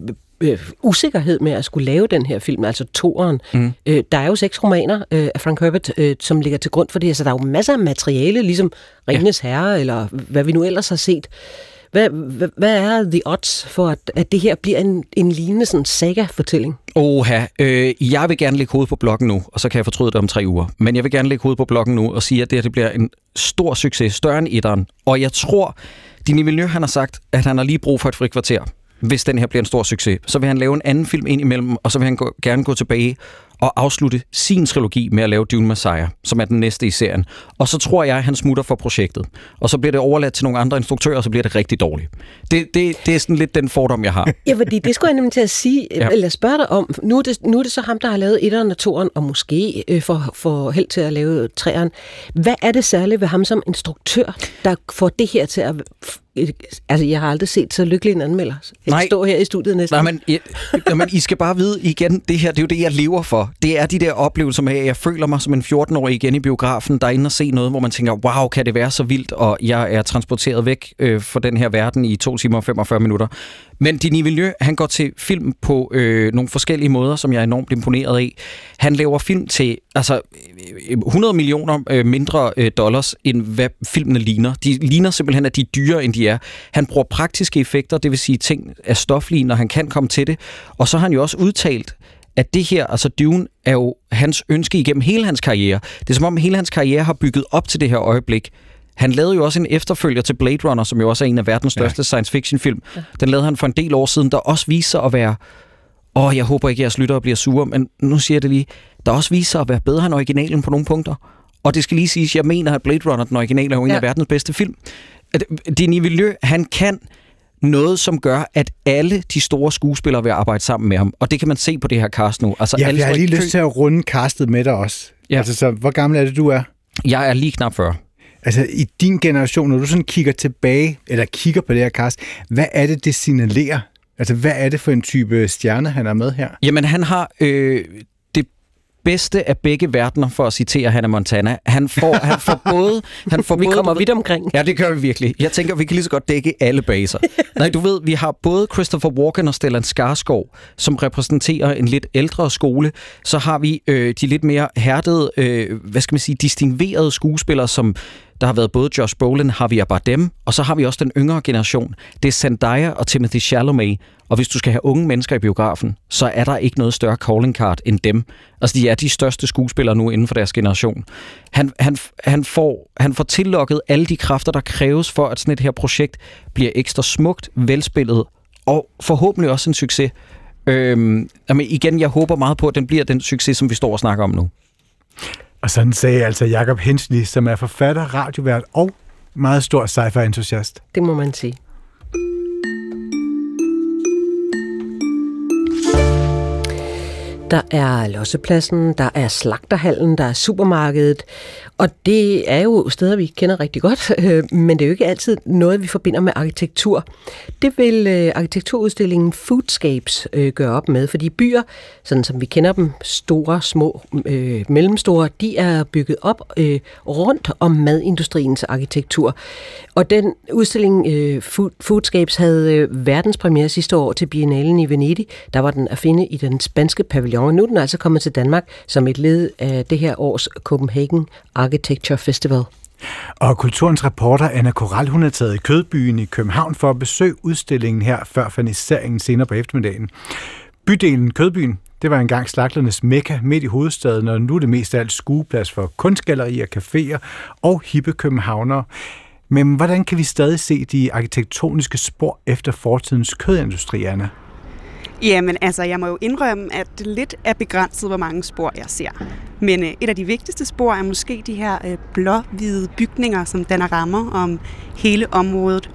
Speaker 1: usikkerhed med at skulle lave den her film, altså toeren. Der er jo 6 romaner af Frank Herbert, som ligger til grund for det, så der er jo masser af materiale, ligesom Ringenes Herre, eller hvad vi nu ellers har set. Hvad er the odds for, at det her bliver en lignende sådan saga-fortælling?
Speaker 5: Jeg vil gerne lægge hovedet på blokken nu, og så kan jeg fortryde det om 3 uger. Men jeg vil gerne lægge hovedet på blokken nu og sige, at det bliver en stor succes, større end etteren. Og jeg tror, Denis Villeneuve, han har sagt, at han har lige brug for et frikvarter, hvis den her bliver en stor succes. Så vil han lave en anden film ind imellem, og så vil han gerne gå tilbage og afslutte sin trilogi med at lave Dune Messiah, som er den næste i serien. Og så tror jeg, at han smutter for projektet. Og så bliver det overladt til nogle andre instruktører, og så bliver det rigtig dårligt. Det er sådan lidt den fordom, jeg har.
Speaker 1: Ja, fordi det skulle jeg nemlig til at sige, eller spørge dig om. Nu er det så ham, der har lavet etteren og toeren, og måske får held til at lave treeren. Hvad er det særligt ved ham som instruktør, der får det her til at... Altså, jeg har aldrig set så lykkelig en anmelder. Jeg står her i studiet næsten.
Speaker 5: Nej, men I skal bare vide igen, det her, det er jo det, jeg lever for. Det er de der oplevelser med, at jeg føler mig som en 14-årig igen i biografen, der er inde og se noget, hvor man tænker, wow, kan det være så vildt, og jeg er transporteret væk fra den her verden i 2 timer og 45 minutter. Men Denis Villeneuve, han går til film på nogle forskellige måder, som jeg er enormt imponeret af. Han laver film til 100 millioner mindre dollars, end hvad filmene ligner. De ligner simpelthen, at de er dyrere, end de er. Han bruger praktiske effekter, det vil sige ting er stoflige, når han kan komme til det. Og så har han jo også udtalt, at det her, altså Dune, er jo hans ønske igennem hele hans karriere. Det er som om hele hans karriere har bygget op til det her øjeblik. Han lavede jo også en efterfølger til Blade Runner, som jo også er en af verdens største science fiction film. Den lavede han for en del år siden, der også viser sig at være... jeg håber ikke, at jeres lyttere bliver sure, men nu siger jeg det lige. Der også viser sig at være bedre end originalen på nogle punkter. Og det skal lige siges, jeg mener, at Blade Runner, den originale, er jo en af verdens bedste film. Denis Villeneuve, han kan noget, som gør, at alle de store skuespillere vil arbejde sammen med ham. Og det kan man se på det her cast nu. Altså,
Speaker 2: jeg har lige lyst til at runde castet med dig også. Ja. Altså, så hvor gammel er det, du er?
Speaker 5: Jeg er lige knap 40.
Speaker 2: Altså, i din generation, når du sådan kigger tilbage, eller kigger på det her cast, hvad er det signalerer? Altså, hvad er det for en type stjerne, han er med her?
Speaker 5: Jamen, han har det bedste af begge verdener, for at citere Hannah Montana. Han får både...
Speaker 1: Vi kommer vidt omkring.
Speaker 5: Ja, det gør vi virkelig. Jeg tænker, vi kan lige så godt dække alle baser. Nej, du ved, vi har både Christopher Walken og Stellan Skarsgård, som repræsenterer en lidt ældre skole. Så har vi de lidt mere hærdede, distinguerede skuespillere, som Der har været både Josh Brolin, Javier Bardem, og så har vi også den yngre generation. Det er Zendaya og Timothée Chalamet. Og hvis du skal have unge mennesker i biografen, så er der ikke noget større calling card end dem. Altså, de er de største skuespillere nu inden for deres generation. Han får tillokket alle de kræfter, der kræves for, at sådan et her projekt bliver ekstra smukt, velspillet og forhåbentlig også en succes. Igen, jeg håber meget på, at den bliver den succes, som vi står og snakker om nu.
Speaker 2: Og sådan sagde altså Jacob Hensley, som er forfatter, radiovært og meget stor sci-fi-entusiast.
Speaker 1: Det må man sige. Der er lossepladsen, der er slagterhallen, der er supermarkedet, og det er jo steder, vi kender rigtig godt, men det er jo ikke altid noget, vi forbinder med arkitektur. Det vil arkitekturudstillingen Foodscapes gøre op med, fordi byer, sådan som vi kender dem, store, små, mellemstore, de er bygget op rundt om madindustriens arkitektur. Og den udstilling Foodscapes havde verdenspremiere sidste år til Biennalen i Venedig. Der var den at finde i den spanske pavillon. Nu er den altså kommet til Danmark som et led af det her års Copenhagen Architecture Festival.
Speaker 2: Og kulturens reporter Anna Koral, hun er taget i Kødbyen i København for at besøge udstillingen her før ferniseringen senere på eftermiddagen. Bydelen Kødbyen, det var engang slagternes mekka midt i hovedstaden, og nu er det mest af alt skueplads for kunstgallerier, caféer og hippe københavnere. Men hvordan kan vi stadig se de arkitektoniske spor efter fortidens kødindustri, Anna?
Speaker 8: Jamen, altså, jeg må jo indrømme, at det lidt er begrænset, hvor mange spor jeg ser. Men et af de vigtigste spor er måske de her blå-hvide bygninger, som danner rammer om hele området.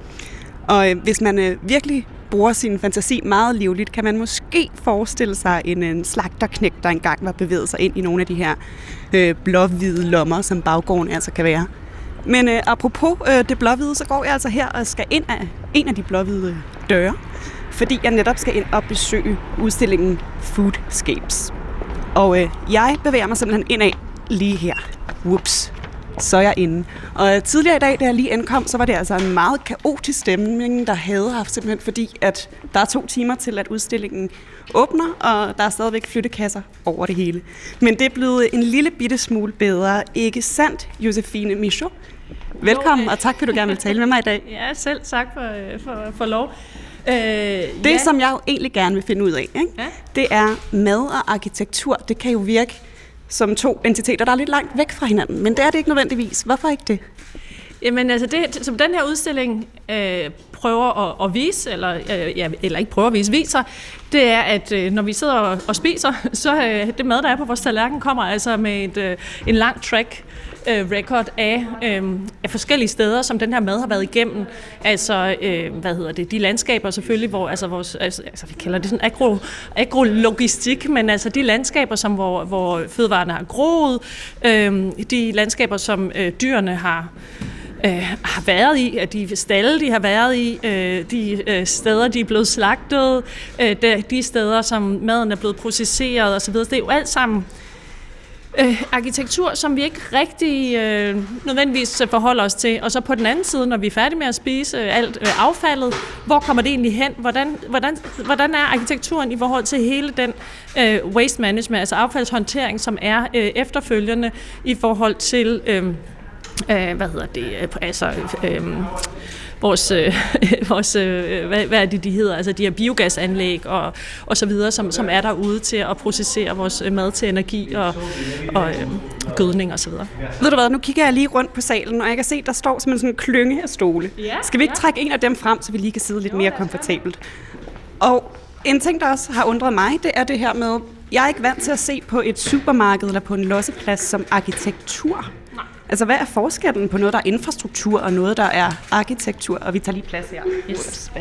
Speaker 8: Og hvis man virkelig bruger sin fantasi meget livligt, kan man måske forestille sig en slagterknægt, der engang var bevæget sig ind i nogle af de her blå-hvide lommer, som baggården altså kan være. Men apropos det blå-hvide, så går jeg altså her og skal ind af en af de blå-hvide døre, fordi jeg netop skal ind og besøge udstillingen Foodscapes. Og jeg bevæger mig simpelthen indad lige her. Whoops. Så er jeg inde. Og tidligere i dag, da jeg lige ankom, så var det altså en meget kaotisk stemning, der havde haft simpelthen, fordi at der er 2 timer til, at udstillingen åbner, og der er stadigvæk flyttekasser over det hele. Men det er blevet en lille bitte smule bedre. Ikke sandt, Josefine Michaud? Velkommen, og tak, fordi du gerne vil tale med mig i dag.
Speaker 9: Ja, selv tak for lov.
Speaker 8: Det, som jeg jo egentlig gerne vil finde ud af, ikke? Ja. Det er mad og arkitektur. Det kan jo virke som 2 entiteter, der er lidt langt væk fra hinanden, men det er det ikke nødvendigvis. Hvorfor ikke det?
Speaker 9: Jamen altså det, som den her udstilling prøver at vise, eller ikke prøver at vise, viser, det er, at når vi sidder og spiser, så det mad, der er på vores tallerken, kommer altså med en lang track record af forskellige steder, som den her mad har været igennem. Altså, de landskaber selvfølgelig, hvor vi kalder det sådan agrologistik, men altså de landskaber, hvor fødevarene har groet, de landskaber, som dyrene har været i, de stalde, de har været i, de steder, de er blevet slagtet, de steder, som maden er blevet processeret osv. Det er jo alt sammen arkitektur, som vi ikke rigtig nødvendigvis forholder os til. Og så på den anden side, når vi er færdige med at spise alt affaldet, hvor kommer det egentlig hen? Hvordan er arkitekturen i forhold til hele den waste management, altså affaldshåndtering, som er efterfølgende i forhold til hvad er det, de hedder? Altså de her biogasanlæg og så videre, som er derude til at processere vores mad til energi og gødning og så videre.
Speaker 8: Ved du hvad, nu kigger jeg lige rundt på salen, og jeg kan se, der står simpelthen sådan en klynge af stole. Ja, skal vi ikke trække en af dem frem, så vi lige kan sidde lidt mere komfortabelt? Og en ting, der også har undret mig, det er det her med, jeg er ikke vant til at se på et supermarked eller på en losseplads som arkitektur. Altså, hvad er forskellen på noget, der er infrastruktur, og noget, der er arkitektur? Og vi tager lige plads her.
Speaker 9: Yes.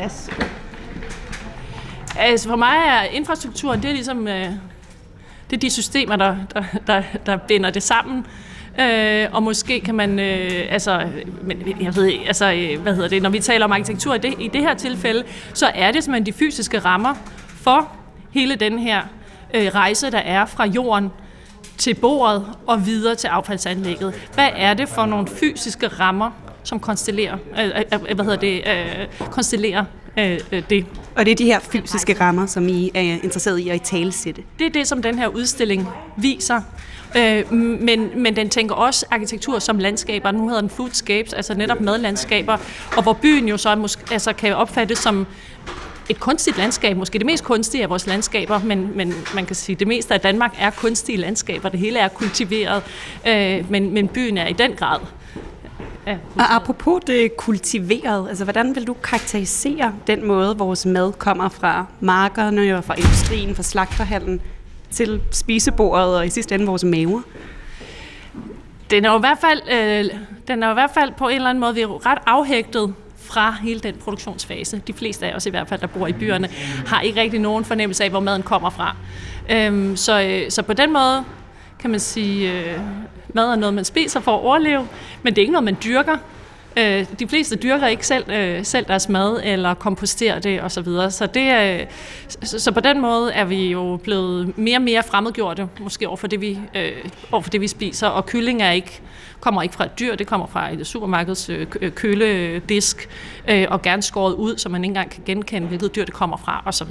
Speaker 9: Altså, for mig er infrastrukturen, det er ligesom det er de systemer, der binder det sammen. Og måske kan man, når vi taler om arkitektur i det her tilfælde, så er det simpelthen de fysiske rammer for hele den her rejse, der er fra jorden til bordet og videre til affaldsanlægget. Hvad er det for nogle fysiske rammer, som konstellerer det?
Speaker 8: Og det er de her fysiske rammer, som I er interesseret i at italesætte?
Speaker 9: Det er det, som den her udstilling viser. Men den tænker også arkitektur som landskaber. Nu hedder den foodscapes, altså netop madlandskaber, og hvor byen jo så kan opfattes som et kunstigt landskab, måske det mest kunstige af vores landskaber, men man kan sige, at det meste af Danmark er kunstige landskaber, det hele er kultiveret, men byen er i den grad. Ja.
Speaker 8: Og apropos det kultiveret, altså hvordan vil du karakterisere den måde, vores mad kommer fra markerne og fra industrien, fra slagterhallen til spisebordet og i sidste ende vores maver?
Speaker 9: Den er jo i hvert fald på en eller anden måde, vi er ret afhægtet fra hele den produktionsfase. De fleste af os i hvert fald, der bor i byerne, har ikke rigtig nogen fornemmelse af, hvor maden kommer fra. Så på den måde kan man sige, mad er noget, man spiser for at overleve, men det er ikke noget, man dyrker. De fleste dyrker ikke selv deres mad eller komposterer det osv. Så på den måde er vi jo blevet mere og mere fremmedgjorte, måske over for det, vi spiser. Og kylling kommer ikke fra et dyr, det kommer fra et supermarkeds køledisk, og gerne skåret ud, så man ikke engang kan genkende, hvilket dyr det kommer fra osv.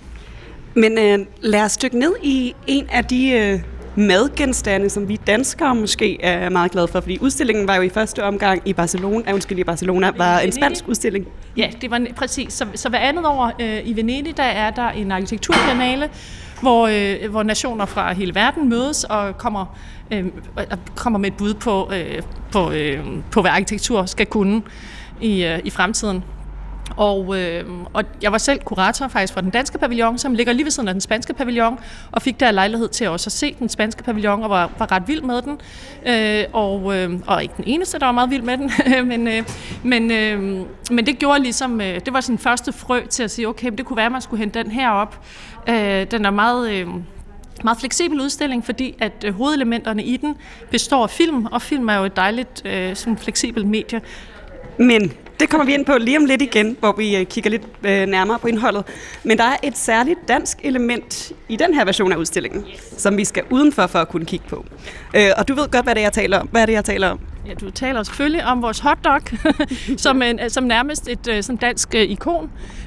Speaker 8: Men lad os dykke ned i en af de madgenstande, som vi danskere måske er meget glade for, fordi udstillingen var jo i første omgang i Barcelona, var en spansk udstilling.
Speaker 9: Ja, det var præcis. Så hver andet år i Venedig, der er der en arkitekturbiennale, hvor nationer fra hele verden mødes og kommer med et bud på hvad arkitektur skal kunne i fremtiden. Og jeg var selv kurator faktisk fra den danske pavillon, som ligger lige ved siden af den spanske pavillon, og fik der lejlighed til også at se den spanske pavillon, og var ret vild med den. Og ikke den eneste, der var meget vild med den. Men det gjorde ligesom, det var sådan første frø til at sige, okay, det kunne være, at man skulle hente den her op. Den er meget fleksibel udstilling, fordi at hovedelementerne i den består af film, og film er jo et dejligt sådan fleksibelt medie.
Speaker 8: Men det kommer vi ind på lige om lidt igen, hvor vi kigger lidt nærmere på indholdet. Men der er et særligt dansk element i den her version af udstillingen, som vi skal udenfor for at kunne kigge på. Og du ved godt, hvad det er, jeg taler om. Hvad er det, jeg taler om?
Speaker 9: Ja, du taler selvfølgelig om vores hotdog, som nærmest et sådan dansk ikon.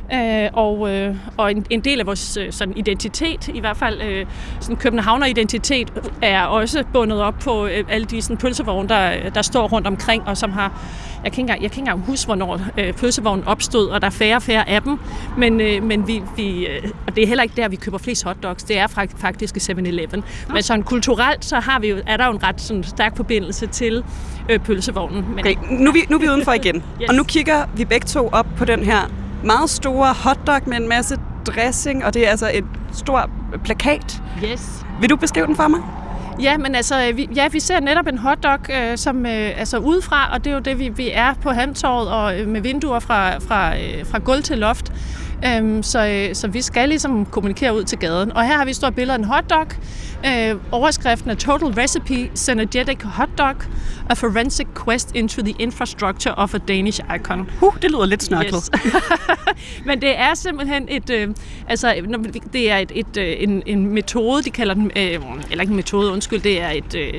Speaker 9: Og en del af vores sådan identitet, i hvert fald sådan københavner-identitet, er også bundet op på alle de sådan pølsevogne, der står rundt omkring, og som har, jeg kan ikke engang huske, hvornår pølsevognen opstod, og der er færre og færre af dem, men vi og det er heller ikke der, vi køber flest hotdogs, det er faktisk i 7-Eleven. Men sådan kulturelt, så er der jo en ret sådan stærk forbindelse til pølsevognen. Men
Speaker 8: okay, nu er vi udenfor igen, yes. Og nu kigger vi begge to op på den her meget store hotdog med en masse dressing, og det er altså et stort plakat.
Speaker 9: Yes.
Speaker 8: Vil du beskrive den for mig?
Speaker 9: Ja, men altså, vi ser netop en hotdog som altså udefra, og det er jo det, vi er på Halmtorvet, og med vinduer fra gulv til loft. Så vi skal ligesom kommunikere ud til gaden. Og her har vi et stort billede af en hotdog. Overskriften er Total Recipe Synergetic Hotdog, a forensic quest into the infrastructure of a Danish icon.
Speaker 8: Det lyder lidt snørklet. Yes.
Speaker 9: Men det er simpelthen det er en metode, de kalder den, eller ikke en metode, undskyld, det er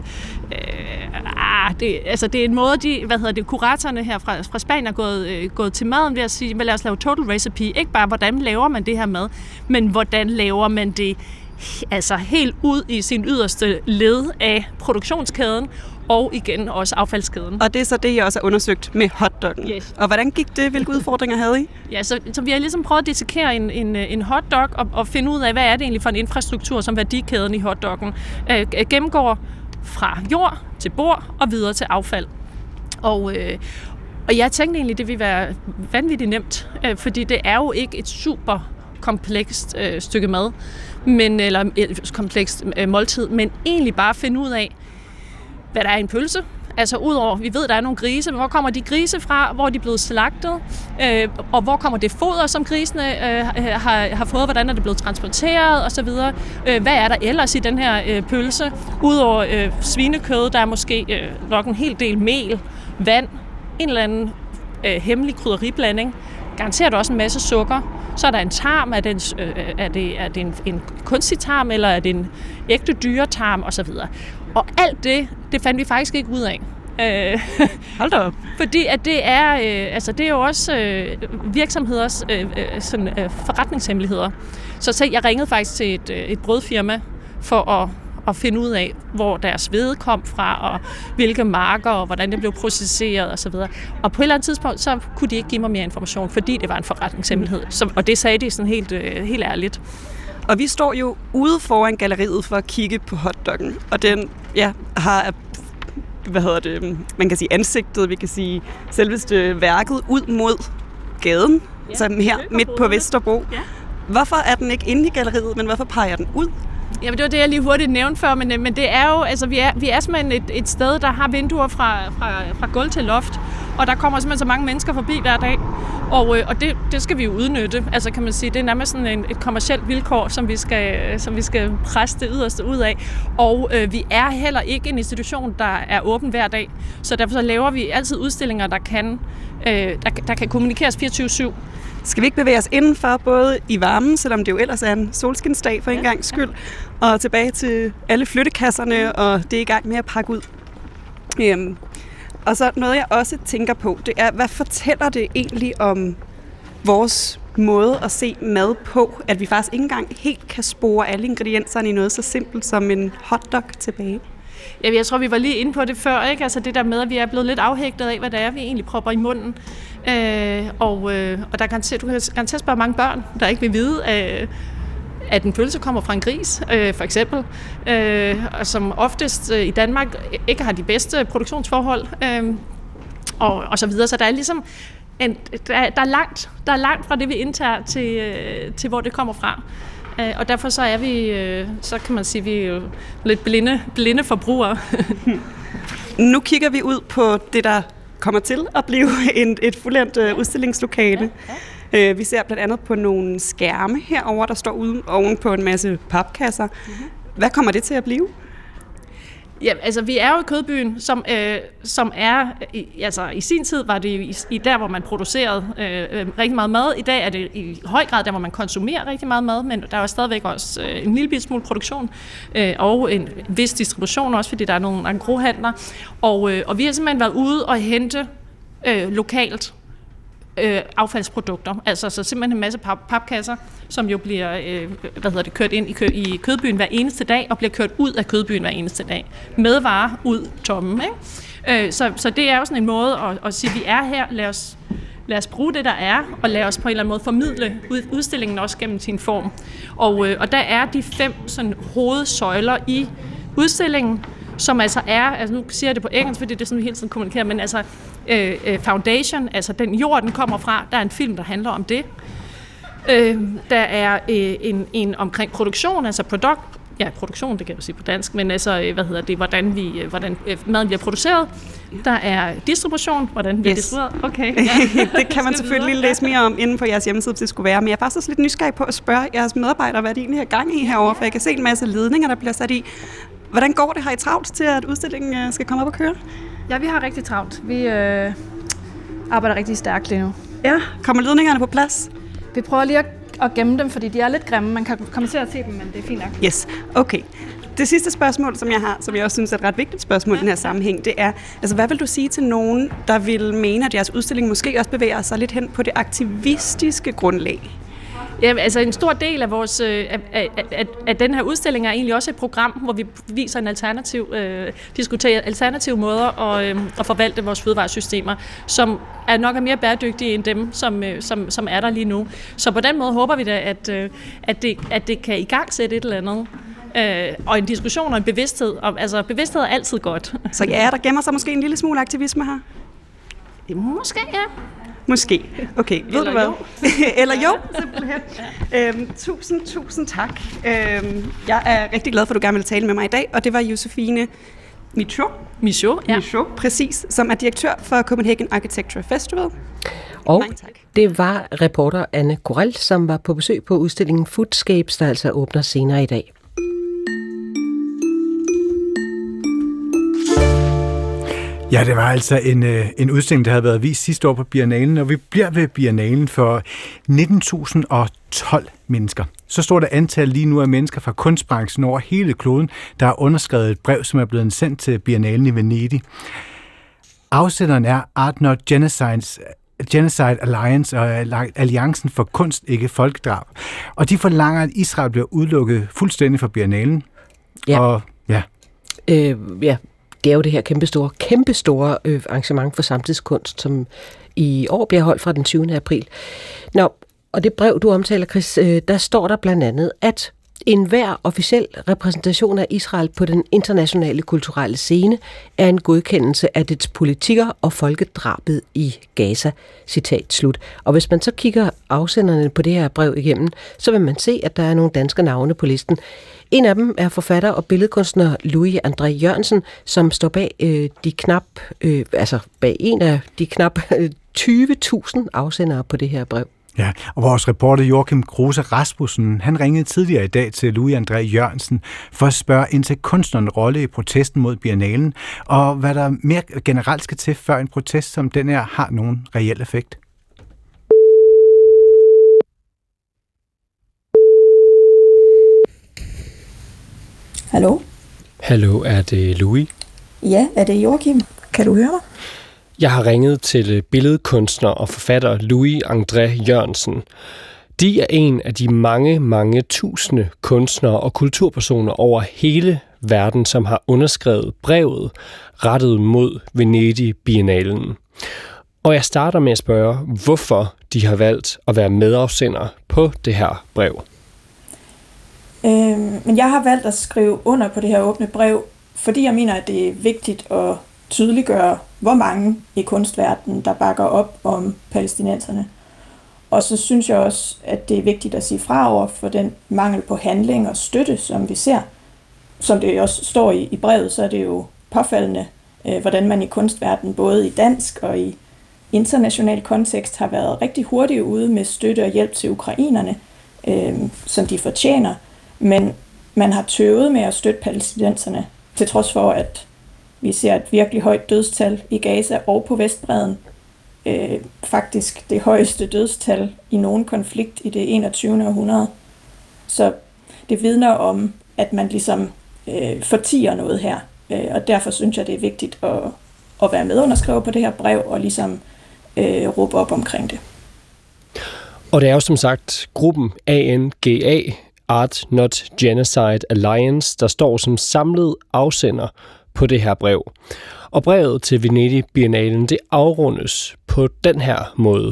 Speaker 9: det er en måde, kuratorerne her fra Spanien er gået til maden ved at sige, lad os lave total recipe, ikke bare hvordan laver man det her mad, men hvordan laver man det altså helt ud i sin yderste led af produktionskæden, og igen også affaldskæden.
Speaker 8: Og det er så det, jeg også har undersøgt med hotdoggen.
Speaker 9: Yes.
Speaker 8: Og hvordan gik det? Hvilke udfordringer havde I?
Speaker 9: Ja, så vi har ligesom prøvet at dissekere en hotdog og finde ud af, hvad er det egentlig for en infrastruktur, som værdikæden i hotdoggen gennemgår fra jord til bord og videre til affald. Og jeg tænkte egentlig, det ville være vanvittigt nemt, fordi det er jo ikke et super komplekst stykke mad, eller et komplekst måltid, men egentlig bare finde ud af, hvad der er i en pølse. Altså udover, vi ved, der er nogle grise, men hvor kommer de grise fra, hvor er de blevet slagtet, og hvor kommer det foder, som grisene har fået, hvordan er det blevet transporteret osv. Hvad er der ellers i den her pølse? Udover svinekød, der er måske nok en hel del mel, vand, en eller anden hemmelig krydderiblanding, garanteret også en masse sukker. Så er der en tarm, er det en kunstig tarm, eller er det en ægte dyretarm osv. Og alt det fandt vi faktisk ikke ud af.
Speaker 8: Hold da op.
Speaker 9: Fordi at det er, det er jo også virksomheders forretningshemmeligheder. Så jeg ringede faktisk til et brødfirma for at finde ud af, hvor deres hvede kom fra, og hvilke marker, og hvordan det blev processeret osv. Og på et eller andet tidspunkt, så kunne de ikke give mig mere information, fordi det var en forretningshemmelighed. Og det sagde de sådan helt ærligt.
Speaker 8: Og vi står jo ude foran galleriet for at kigge på hotdoggen, og den har, man kan sige ansigtet, vi kan sige selveste værket ud mod gaden, som her midt på Vesterbro. Ja. Hvorfor er den ikke inde i galleriet, men hvorfor peger den ud?
Speaker 9: Jamen, det var det, jeg lige hurtigt nævnte før, men det er jo, altså vi er simpelthen et sted, der har vinduer fra gulv til loft, og der kommer simpelthen så mange mennesker forbi hver dag, og det skal vi jo udnytte. Altså kan man sige, det er nærmest sådan et kommercielt vilkår, som vi skal presse det yderste ud af, og vi er heller ikke en institution, der er åben hver dag, så derfor så laver vi altid udstillinger, der kan kommunikeres 24/7.
Speaker 8: Skal vi ikke bevæge os indenfor, både i varmen, selvom det jo ellers er en solskinsdag for en gangs skyld, og tilbage til alle flyttekasserne, og det er i gang med at pakke ud. Og så noget, jeg også tænker på, det er, hvad fortæller det egentlig om vores måde at se mad på, at vi faktisk ikke engang helt kan spore alle ingredienserne i noget så simpelt som en hotdog tilbage?
Speaker 9: Ja, jeg tror, vi var lige inde på det før, ikke? Altså det der med, at vi er blevet lidt afhægtet af, hvad det er, vi egentlig propper i munden. Og der kan du kan garanteret spørge mange børn, der ikke vil vide, at en pølse kommer fra en gris, for eksempel, og som oftest i Danmark ikke har de bedste produktionsforhold, og så videre. Så der er ligesom der er langt fra det, vi indtager til hvor det kommer fra. Og derfor så er vi, så kan man sige, vi er jo lidt blinde forbrugere.
Speaker 8: Nu kigger vi ud på det, der kommer til at blive et fuldendt udstillingslokale. Ja. Vi ser blandt andet på nogle skærme herover, der står oven på en masse papkasser. Hvad kommer det til at blive?
Speaker 9: Ja, altså vi er jo i Kødbyen, som er, altså i sin tid var det i der, hvor man producerede rigtig meget mad. I dag er det i høj grad der, hvor man konsumerer rigtig meget mad, men der er stadigvæk også en lille smule produktion og en vis distribution også, fordi der er nogle agrohandler. Og vi har simpelthen været ude og hente lokalt affaldsprodukter, altså så simpelthen en masse papkasser, som jo bliver kørt ind i Kødbyen hver eneste dag, og bliver kørt ud af Kødbyen hver eneste dag, med varer ud tomme, ikke? Så det er jo sådan en måde at sige, at vi er her, lad os bruge det, der er, og lad os på en eller anden måde formidle udstillingen også gennem sin form. Og der er de 5 sådan hovedsøjler i udstillingen, som altså er, altså nu siger jeg det på engelsk, fordi det er sådan, vi hele tiden kommunikerer, men altså foundation, altså den jord, den kommer fra, der er en film, der handler om det. Der er en omkring produktion, altså produktion, det kan jeg sige på dansk, men altså, hvordan maden bliver produceret. Der er distribution, hvordan bliver distribueret. Okay. Ja.
Speaker 8: Det kan man selvfølgelig læse mere om inden på jeres hjemmeside, hvis det skulle være. Men jeg er faktisk også lidt nysgerrig på at spørge jeres medarbejdere, hvad de egentlig har gang i herovre, for jeg kan se en masse ledninger, der bliver sat i. Hvordan går det? Har I travlt til, at udstillingen skal komme op og køre?
Speaker 10: Ja, vi har rigtig travlt. Vi arbejder rigtig stærkt lige nu.
Speaker 8: Ja, kommer ledningerne på plads?
Speaker 10: Vi prøver lige at gemme dem, fordi de er lidt grimme. Man kan komme til at se dem, men det er fint nok.
Speaker 8: Yes, okay. Det sidste spørgsmål, som jeg har, som jeg også synes er et ret vigtigt spørgsmål i den her sammenhæng, det er, altså hvad vil du sige til nogen, der vil mene, at jeres udstilling måske også bevæger sig lidt hen på det aktivistiske grundlag?
Speaker 9: Ja, altså en stor del af vores af den her udstilling er egentlig også et program, hvor vi viser en diskuterer alternative måder at forvalte vores fødevaresystemer, som nok er mere bæredygtige end dem, som er der lige nu. Så på den måde håber vi da, at det kan igangsætte et eller andet. Og en diskussion og en bevidsthed. Altså bevidsthed er altid godt.
Speaker 8: Så ja, der gemmer sig måske en lille smule aktivisme her?
Speaker 9: Måske, ja.
Speaker 8: Måske. Okay, ved du hvad?
Speaker 9: Jo.
Speaker 8: Eller jo, simpelthen. Tusind tak. Jeg er rigtig glad for, at du gerne vil tale med mig i dag, og det var Josefine Michaud, præcis, som er direktør for Copenhagen Architecture Festival.
Speaker 1: Og det var reporter Anne Corell, som var på besøg på udstillingen Foodscapes, der altså åbner senere i dag.
Speaker 2: Ja, det var altså en udstilling, der havde været vist sidste år på Biennalen, og vi bliver ved Biennalen for 19.012 mennesker. Så står der antal lige nu af mennesker fra kunstbranchen over hele kloden, der har underskrevet et brev, som er blevet sendt til Biennalen i Venedig. Afsenderen er Art Not Genocide Alliance og Alliancen for Kunst, ikke Folkedrab. Og de forlanger, at Israel bliver udelukket fuldstændig fra Biennalen. Ja. Og Ja.
Speaker 1: Det er jo det her kæmpestore arrangement for samtidskunst, som i år bliver holdt fra den 20. april. Og det brev, du omtaler, Chris, der står der blandt andet, at enhver officiel repræsentation af Israel på den internationale kulturelle scene er en godkendelse af dets politikker og folkedrabet i Gaza. Citat slut. Og hvis man så kigger afsenderne på det her brev igennem, så vil man se, at der er nogle danske navne på listen. En af dem er forfatter og billedkunstner Louis André Jørgensen, som står bag bag en af de knap 20.000 afsendere på det her brev.
Speaker 2: Ja, og vores reporter Joachim Kruse Rasmussen, han ringede tidligere i dag til Louis André Jørgensen for at spørge ind til kunstnerens rolle i protesten mod biennalen, og hvad der mere generelt skal til, før en protest som den her har nogen reel effekt.
Speaker 11: Hallo?
Speaker 12: Hallo, er det Louis?
Speaker 11: Ja, er det Joachim? Kan du høre mig?
Speaker 12: Jeg har ringet til billedkunstner og forfatter Louis André Jørgensen. De er en af de mange tusinde kunstnere og kulturpersoner over hele verden, som har underskrevet brevet rettet mod Venedig Biennalen. Og jeg starter med at spørge, hvorfor de har valgt at være medafsender på det her brev.
Speaker 11: Men jeg har valgt at skrive under på det her åbne brev, fordi jeg mener, at det er vigtigt at tydeliggøre, hvor mange i kunstverdenen, der bakker op om palæstinenserne. Og så synes jeg også, at det er vigtigt at sige fra over for den mangel på handling og støtte, som vi ser. Som det også står i brevet, så er det jo påfaldende, hvordan man i kunstverdenen, både i dansk og i international kontekst, har været rigtig hurtigt ude med støtte og hjælp til ukrainerne, som de fortjener. Men man har tøvet med at støtte palæstinenserne, til trods for, at vi ser et virkelig højt dødstal i Gaza og på Vestbredden. Faktisk det højeste dødstal i nogen konflikt i det 21. århundrede. Så det vidner om, at man ligesom fortier noget her. Og derfor synes jeg, det er vigtigt at være medunderskriver på det her brev og ligesom råbe op omkring det.
Speaker 12: Og det er jo som sagt gruppen ANGA, Art Not Genocide Alliance, der står som samlet afsender på det her brev. Og brevet til Venedig Biennalen, det afrundes på den her måde.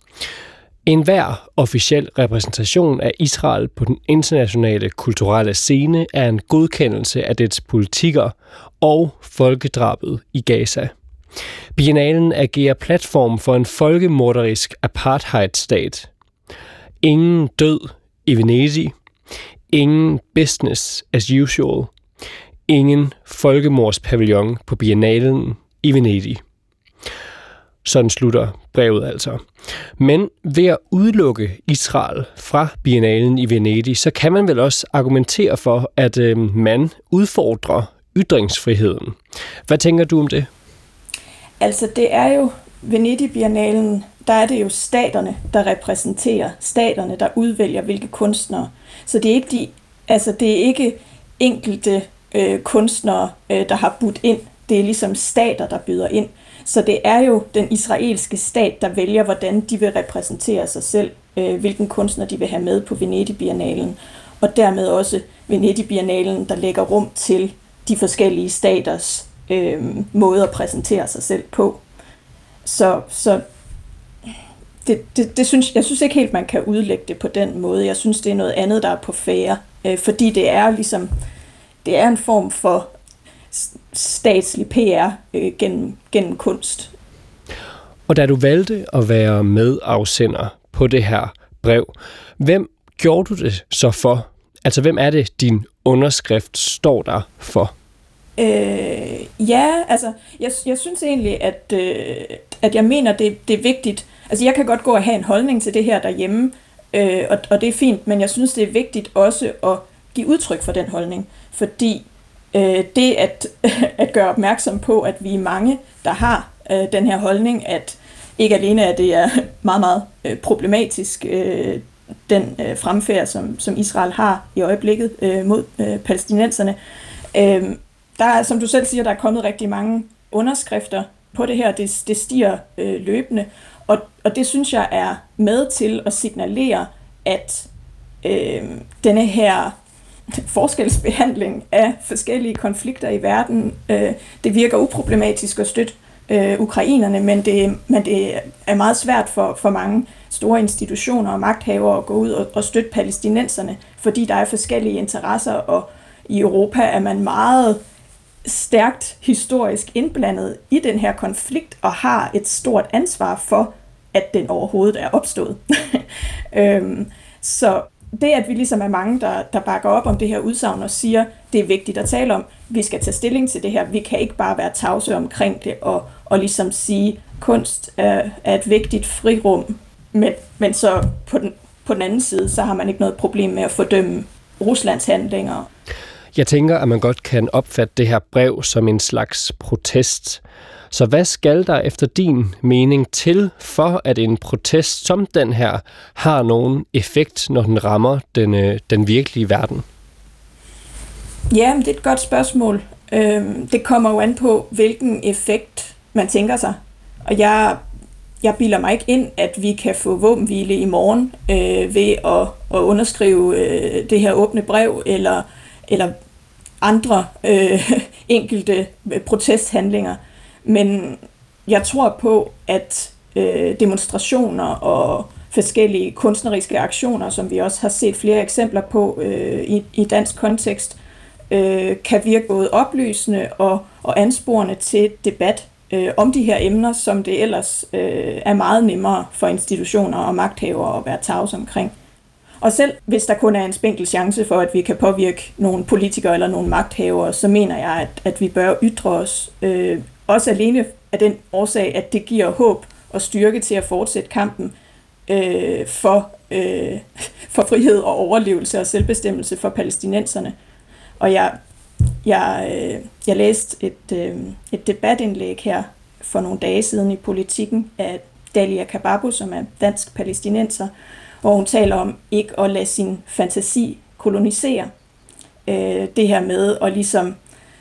Speaker 12: Enhver officiel repræsentation af Israel på den internationale kulturelle scene er en godkendelse af dets politikker og folkedrabet i Gaza. Biennalen agerer platform for en folkemorderisk apartheidstat. Ingen død i Venedig. Ingen business as usual. Ingen folkemordspavillon på Biennalen i Venedig. Sådan slutter brevet altså. Men ved at udelukke Israel fra Biennalen i Venedig, så kan man vel også argumentere for, at man udfordrer ytringsfriheden. Hvad tænker du om det?
Speaker 11: Altså det er jo Venedig Biennalen, der er det jo staterne, der repræsenterer, staterne, der udvælger hvilke kunstnere. Så det er ikke enkelte kunstnere, der har budt ind. Det er ligesom stater, der byder ind. Så det er jo den israelske stat, der vælger, hvordan de vil repræsentere sig selv, hvilken kunstner de vil have med på Venedig Biennalen. Og dermed også Venedig Biennalen, der lægger rum til de forskellige staters måde at præsentere sig selv på. Så det synes jeg synes ikke helt, man kan udlægge det på den måde. Jeg synes, det er noget andet, der er på færre, fordi det er en form for statslig PR gennem kunst.
Speaker 12: Og da du valgte at være medafsender på det her brev, hvem gjorde du det så for? Altså, hvem er det, din underskrift står der for?
Speaker 11: Jeg synes egentlig, at jeg mener, det er vigtigt. Altså, jeg kan godt gå og have en holdning til det her derhjemme, og det er fint, men jeg synes, det er vigtigt også at give udtryk for den holdning, fordi det at gøre opmærksom på, at vi er mange, der har den her holdning, at ikke alene at det er meget, meget problematisk, den fremfærd, som Israel har i øjeblikket mod palæstinenserne. Der er, som du selv siger, der er kommet rigtig mange underskrifter på det her. Det stiger løbende, og det synes jeg er med til at signalere, at denne her forskelsbehandling af forskellige konflikter i verden. Det virker uproblematisk at støtte ukrainerne, men det er meget svært for mange store institutioner og magthavere at gå ud og støtte palæstinenserne, fordi der er forskellige interesser, og i Europa er man meget stærkt historisk indblandet i den her konflikt og har et stort ansvar for, at den overhovedet er opstået. Så det, at vi ligesom er mange, der bakker op om det her udsagn og siger, det er vigtigt at tale om, vi skal tage stilling til det her, vi kan ikke bare være tavse omkring det og ligesom sige, kunst er et vigtigt frirum, men så på den anden side, så har man ikke noget problem med at fordømme Ruslands handlinger.
Speaker 12: Jeg tænker, at man godt kan opfatte det her brev som en slags protest. Så hvad skal der efter din mening til, for at en protest som den her har nogen effekt, når den rammer den virkelige verden?
Speaker 11: Ja, det er et godt spørgsmål. Det kommer jo an på, hvilken effekt man tænker sig. Og jeg bilder mig ikke ind, at vi kan få våbenhvile i morgen ved at underskrive det her åbne brev, eller andre enkelte protesthandlinger. Men jeg tror på, at demonstrationer og forskellige kunstneriske aktioner, som vi også har set flere eksempler på i dansk kontekst, kan virke både oplysende og ansporende til debat om de her emner, som det ellers er meget nemmere for institutioner og magthavere at være tavse omkring. Og selv hvis der kun er en spinkel chance for, at vi kan påvirke nogle politikere eller nogle magthavere, så mener jeg, at vi bør ytre os, også alene af den årsag, at det giver håb og styrke til at fortsætte kampen for frihed og overlevelse og selvbestemmelse for palæstinenserne. Og jeg læste et debatindlæg her for nogle dage siden i Politikken af Dalia Kababu, som er dansk palæstinenser, hvor hun taler om ikke at lade sin fantasi kolonisere. Det her med at ligesom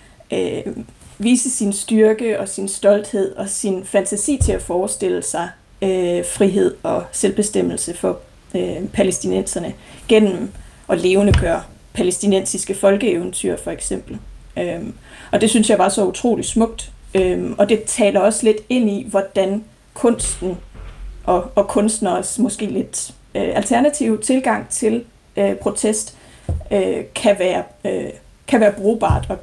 Speaker 11: vise sin styrke og sin stolthed og sin fantasi til at forestille sig frihed og selvbestemmelse for palæstinenserne gennem at levendegøre palæstinensiske folkeeventyr for eksempel. Og det synes jeg var så utroligt smukt. Og det taler også lidt ind i, hvordan kunsten og kunstneres måske lidt alternative tilgang til protest kan være brugbart og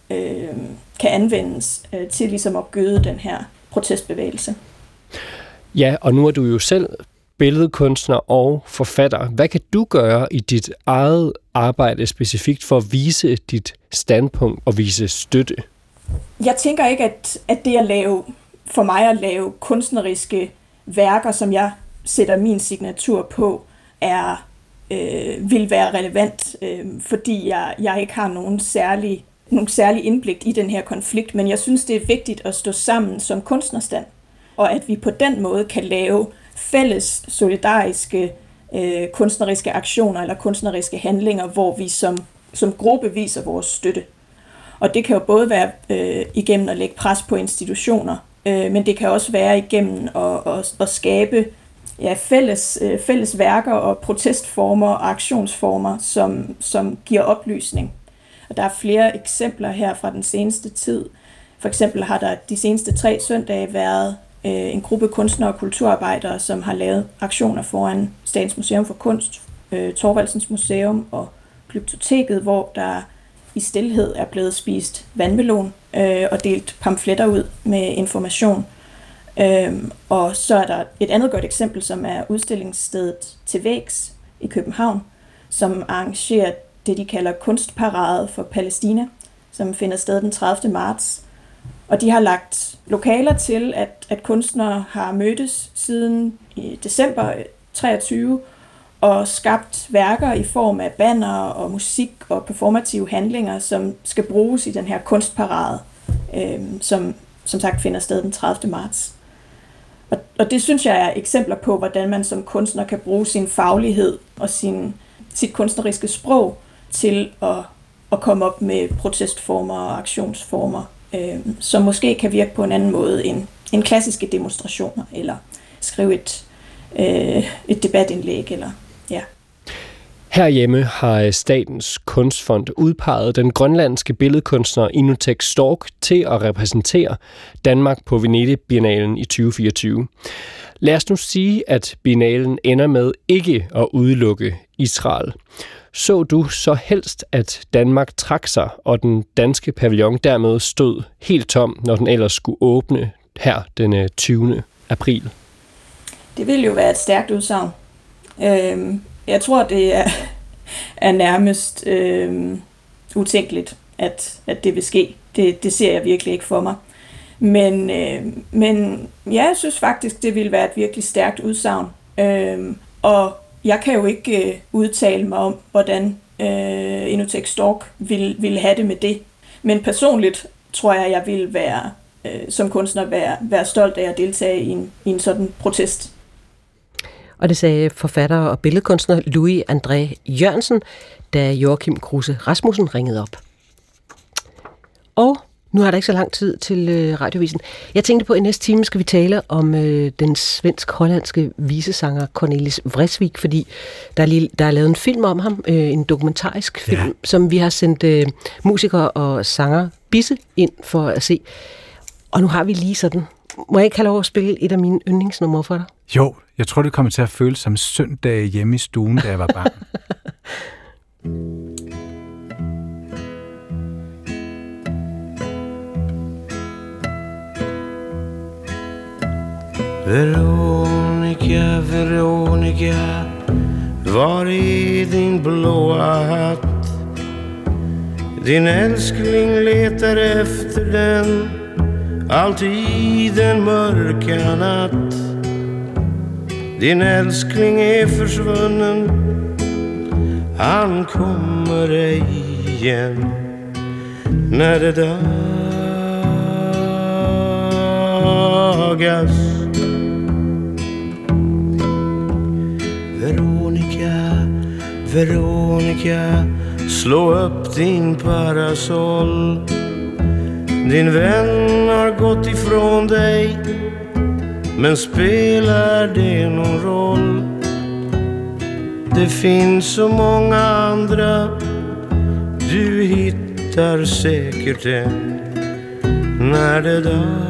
Speaker 11: kan anvendes til ligesom at gøde den her protestbevægelse.
Speaker 12: Ja, og nu er du jo selv billedkunstner og forfatter. Hvad kan du gøre i dit eget arbejde specifikt for at vise dit standpunkt og vise støtte?
Speaker 11: Jeg tænker ikke, at det for mig at lave kunstneriske værker, som jeg sætter min signatur på, vil være relevant, fordi jeg ikke har nogen særlig indblik i den her konflikt, men jeg synes, det er vigtigt at stå sammen som kunstnerstand, og at vi på den måde kan lave fælles solidariske kunstneriske aktioner eller kunstneriske handlinger, hvor vi som gruppe viser vores støtte. Og det kan jo både være igennem at lægge pres på institutioner, men det kan også være igennem at skabe fælles værker og protestformer og aktionsformer, som giver oplysning. Og der er flere eksempler her fra den seneste tid. For eksempel har der de seneste 3 søndage været en gruppe kunstnere og kulturarbejdere, som har lavet aktioner foran Statens Museum for Kunst, Thorvaldsens Museum og Glyptoteket, hvor der i stilhed er blevet spist vandmelon og delt pamfletter ud med information. Og så er der et andet godt eksempel, som er udstillingsstedet Til Vægs i København, som arrangerer det, de kalder kunstparade for Palæstina, som finder sted den 30. marts. Og de har lagt lokaler til, at kunstnere har mødtes siden i december 23 og skabt værker i form af banner og musik og performative handlinger, som skal bruges i den her kunstparade, som sagt finder sted den 30. marts. Og det synes jeg er eksempler på, hvordan man som kunstner kan bruge sin faglighed og sit kunstneriske sprog til at komme op med protestformer og aktionsformer, som måske kan virke på en anden måde end klassiske demonstrationer, eller skrive et debatindlæg. Eller, ja.
Speaker 12: Herhjemme har Statens Kunstfond udpeget den grønlandske billedkunstner Inutek Stork til at repræsentere Danmark på Venedig Biennalen i 2024. Lad os nu sige, at biennalen ender med ikke at udelukke Israel. Så du så helst, at Danmark trak sig, og den danske pavillon dermed stod helt tom, når den ellers skulle åbne her den 20. april?
Speaker 11: Det ville jo være et stærkt udsagn. Jeg tror, det er nærmest utænkeligt, at det vil ske. Det ser jeg virkelig ikke for mig. Men ja, jeg synes faktisk, det ville være et virkelig stærkt udsagn. Og jeg kan jo ikke udtale mig om, hvordan Inutek Stork ville have det med det. Men personligt tror jeg ville være som kunstner være stolt af at deltage i en sådan protest.
Speaker 1: Og det sagde forfatter og billedkunstner Louis André Jørgensen, da Joachim Kruse Rasmussen ringede op. Og nu har der ikke så lang tid til Radiovisen. Jeg tænkte på, at i næste time skal vi tale om den svensk-hollandske visesanger Cornelis Vreeswijk, fordi der er lavet en film om ham, en dokumentarisk film, som vi har sendt musikere og sanger Bisse ind for at se. Og nu har vi lige sådan. Må jeg ikke have lov at spille et af mine yndlingsnumre for dig?
Speaker 2: Jo, jeg tror, det kommer til at føles som søndag hjemme i stuen, da jeg var barn.
Speaker 13: Veronica, Veronica, var är din blåa hatt? Din älskling letar efter den, alltid den mörka natt. Din älskling är försvunnen, han kommer ej igen. När det dagas. Veronica, Veronica, slå upp din parasoll. Din vän har gått ifrån dig, men spelar det någon roll? Det finns så många andra, du hittar säkert en när det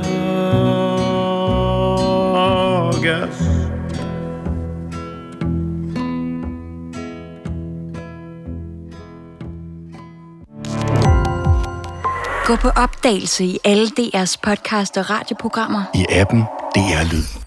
Speaker 13: dagas.
Speaker 14: Gå på opdagelse i alle DR's podcast og radioprogrammer.
Speaker 15: I appen DR Lyd.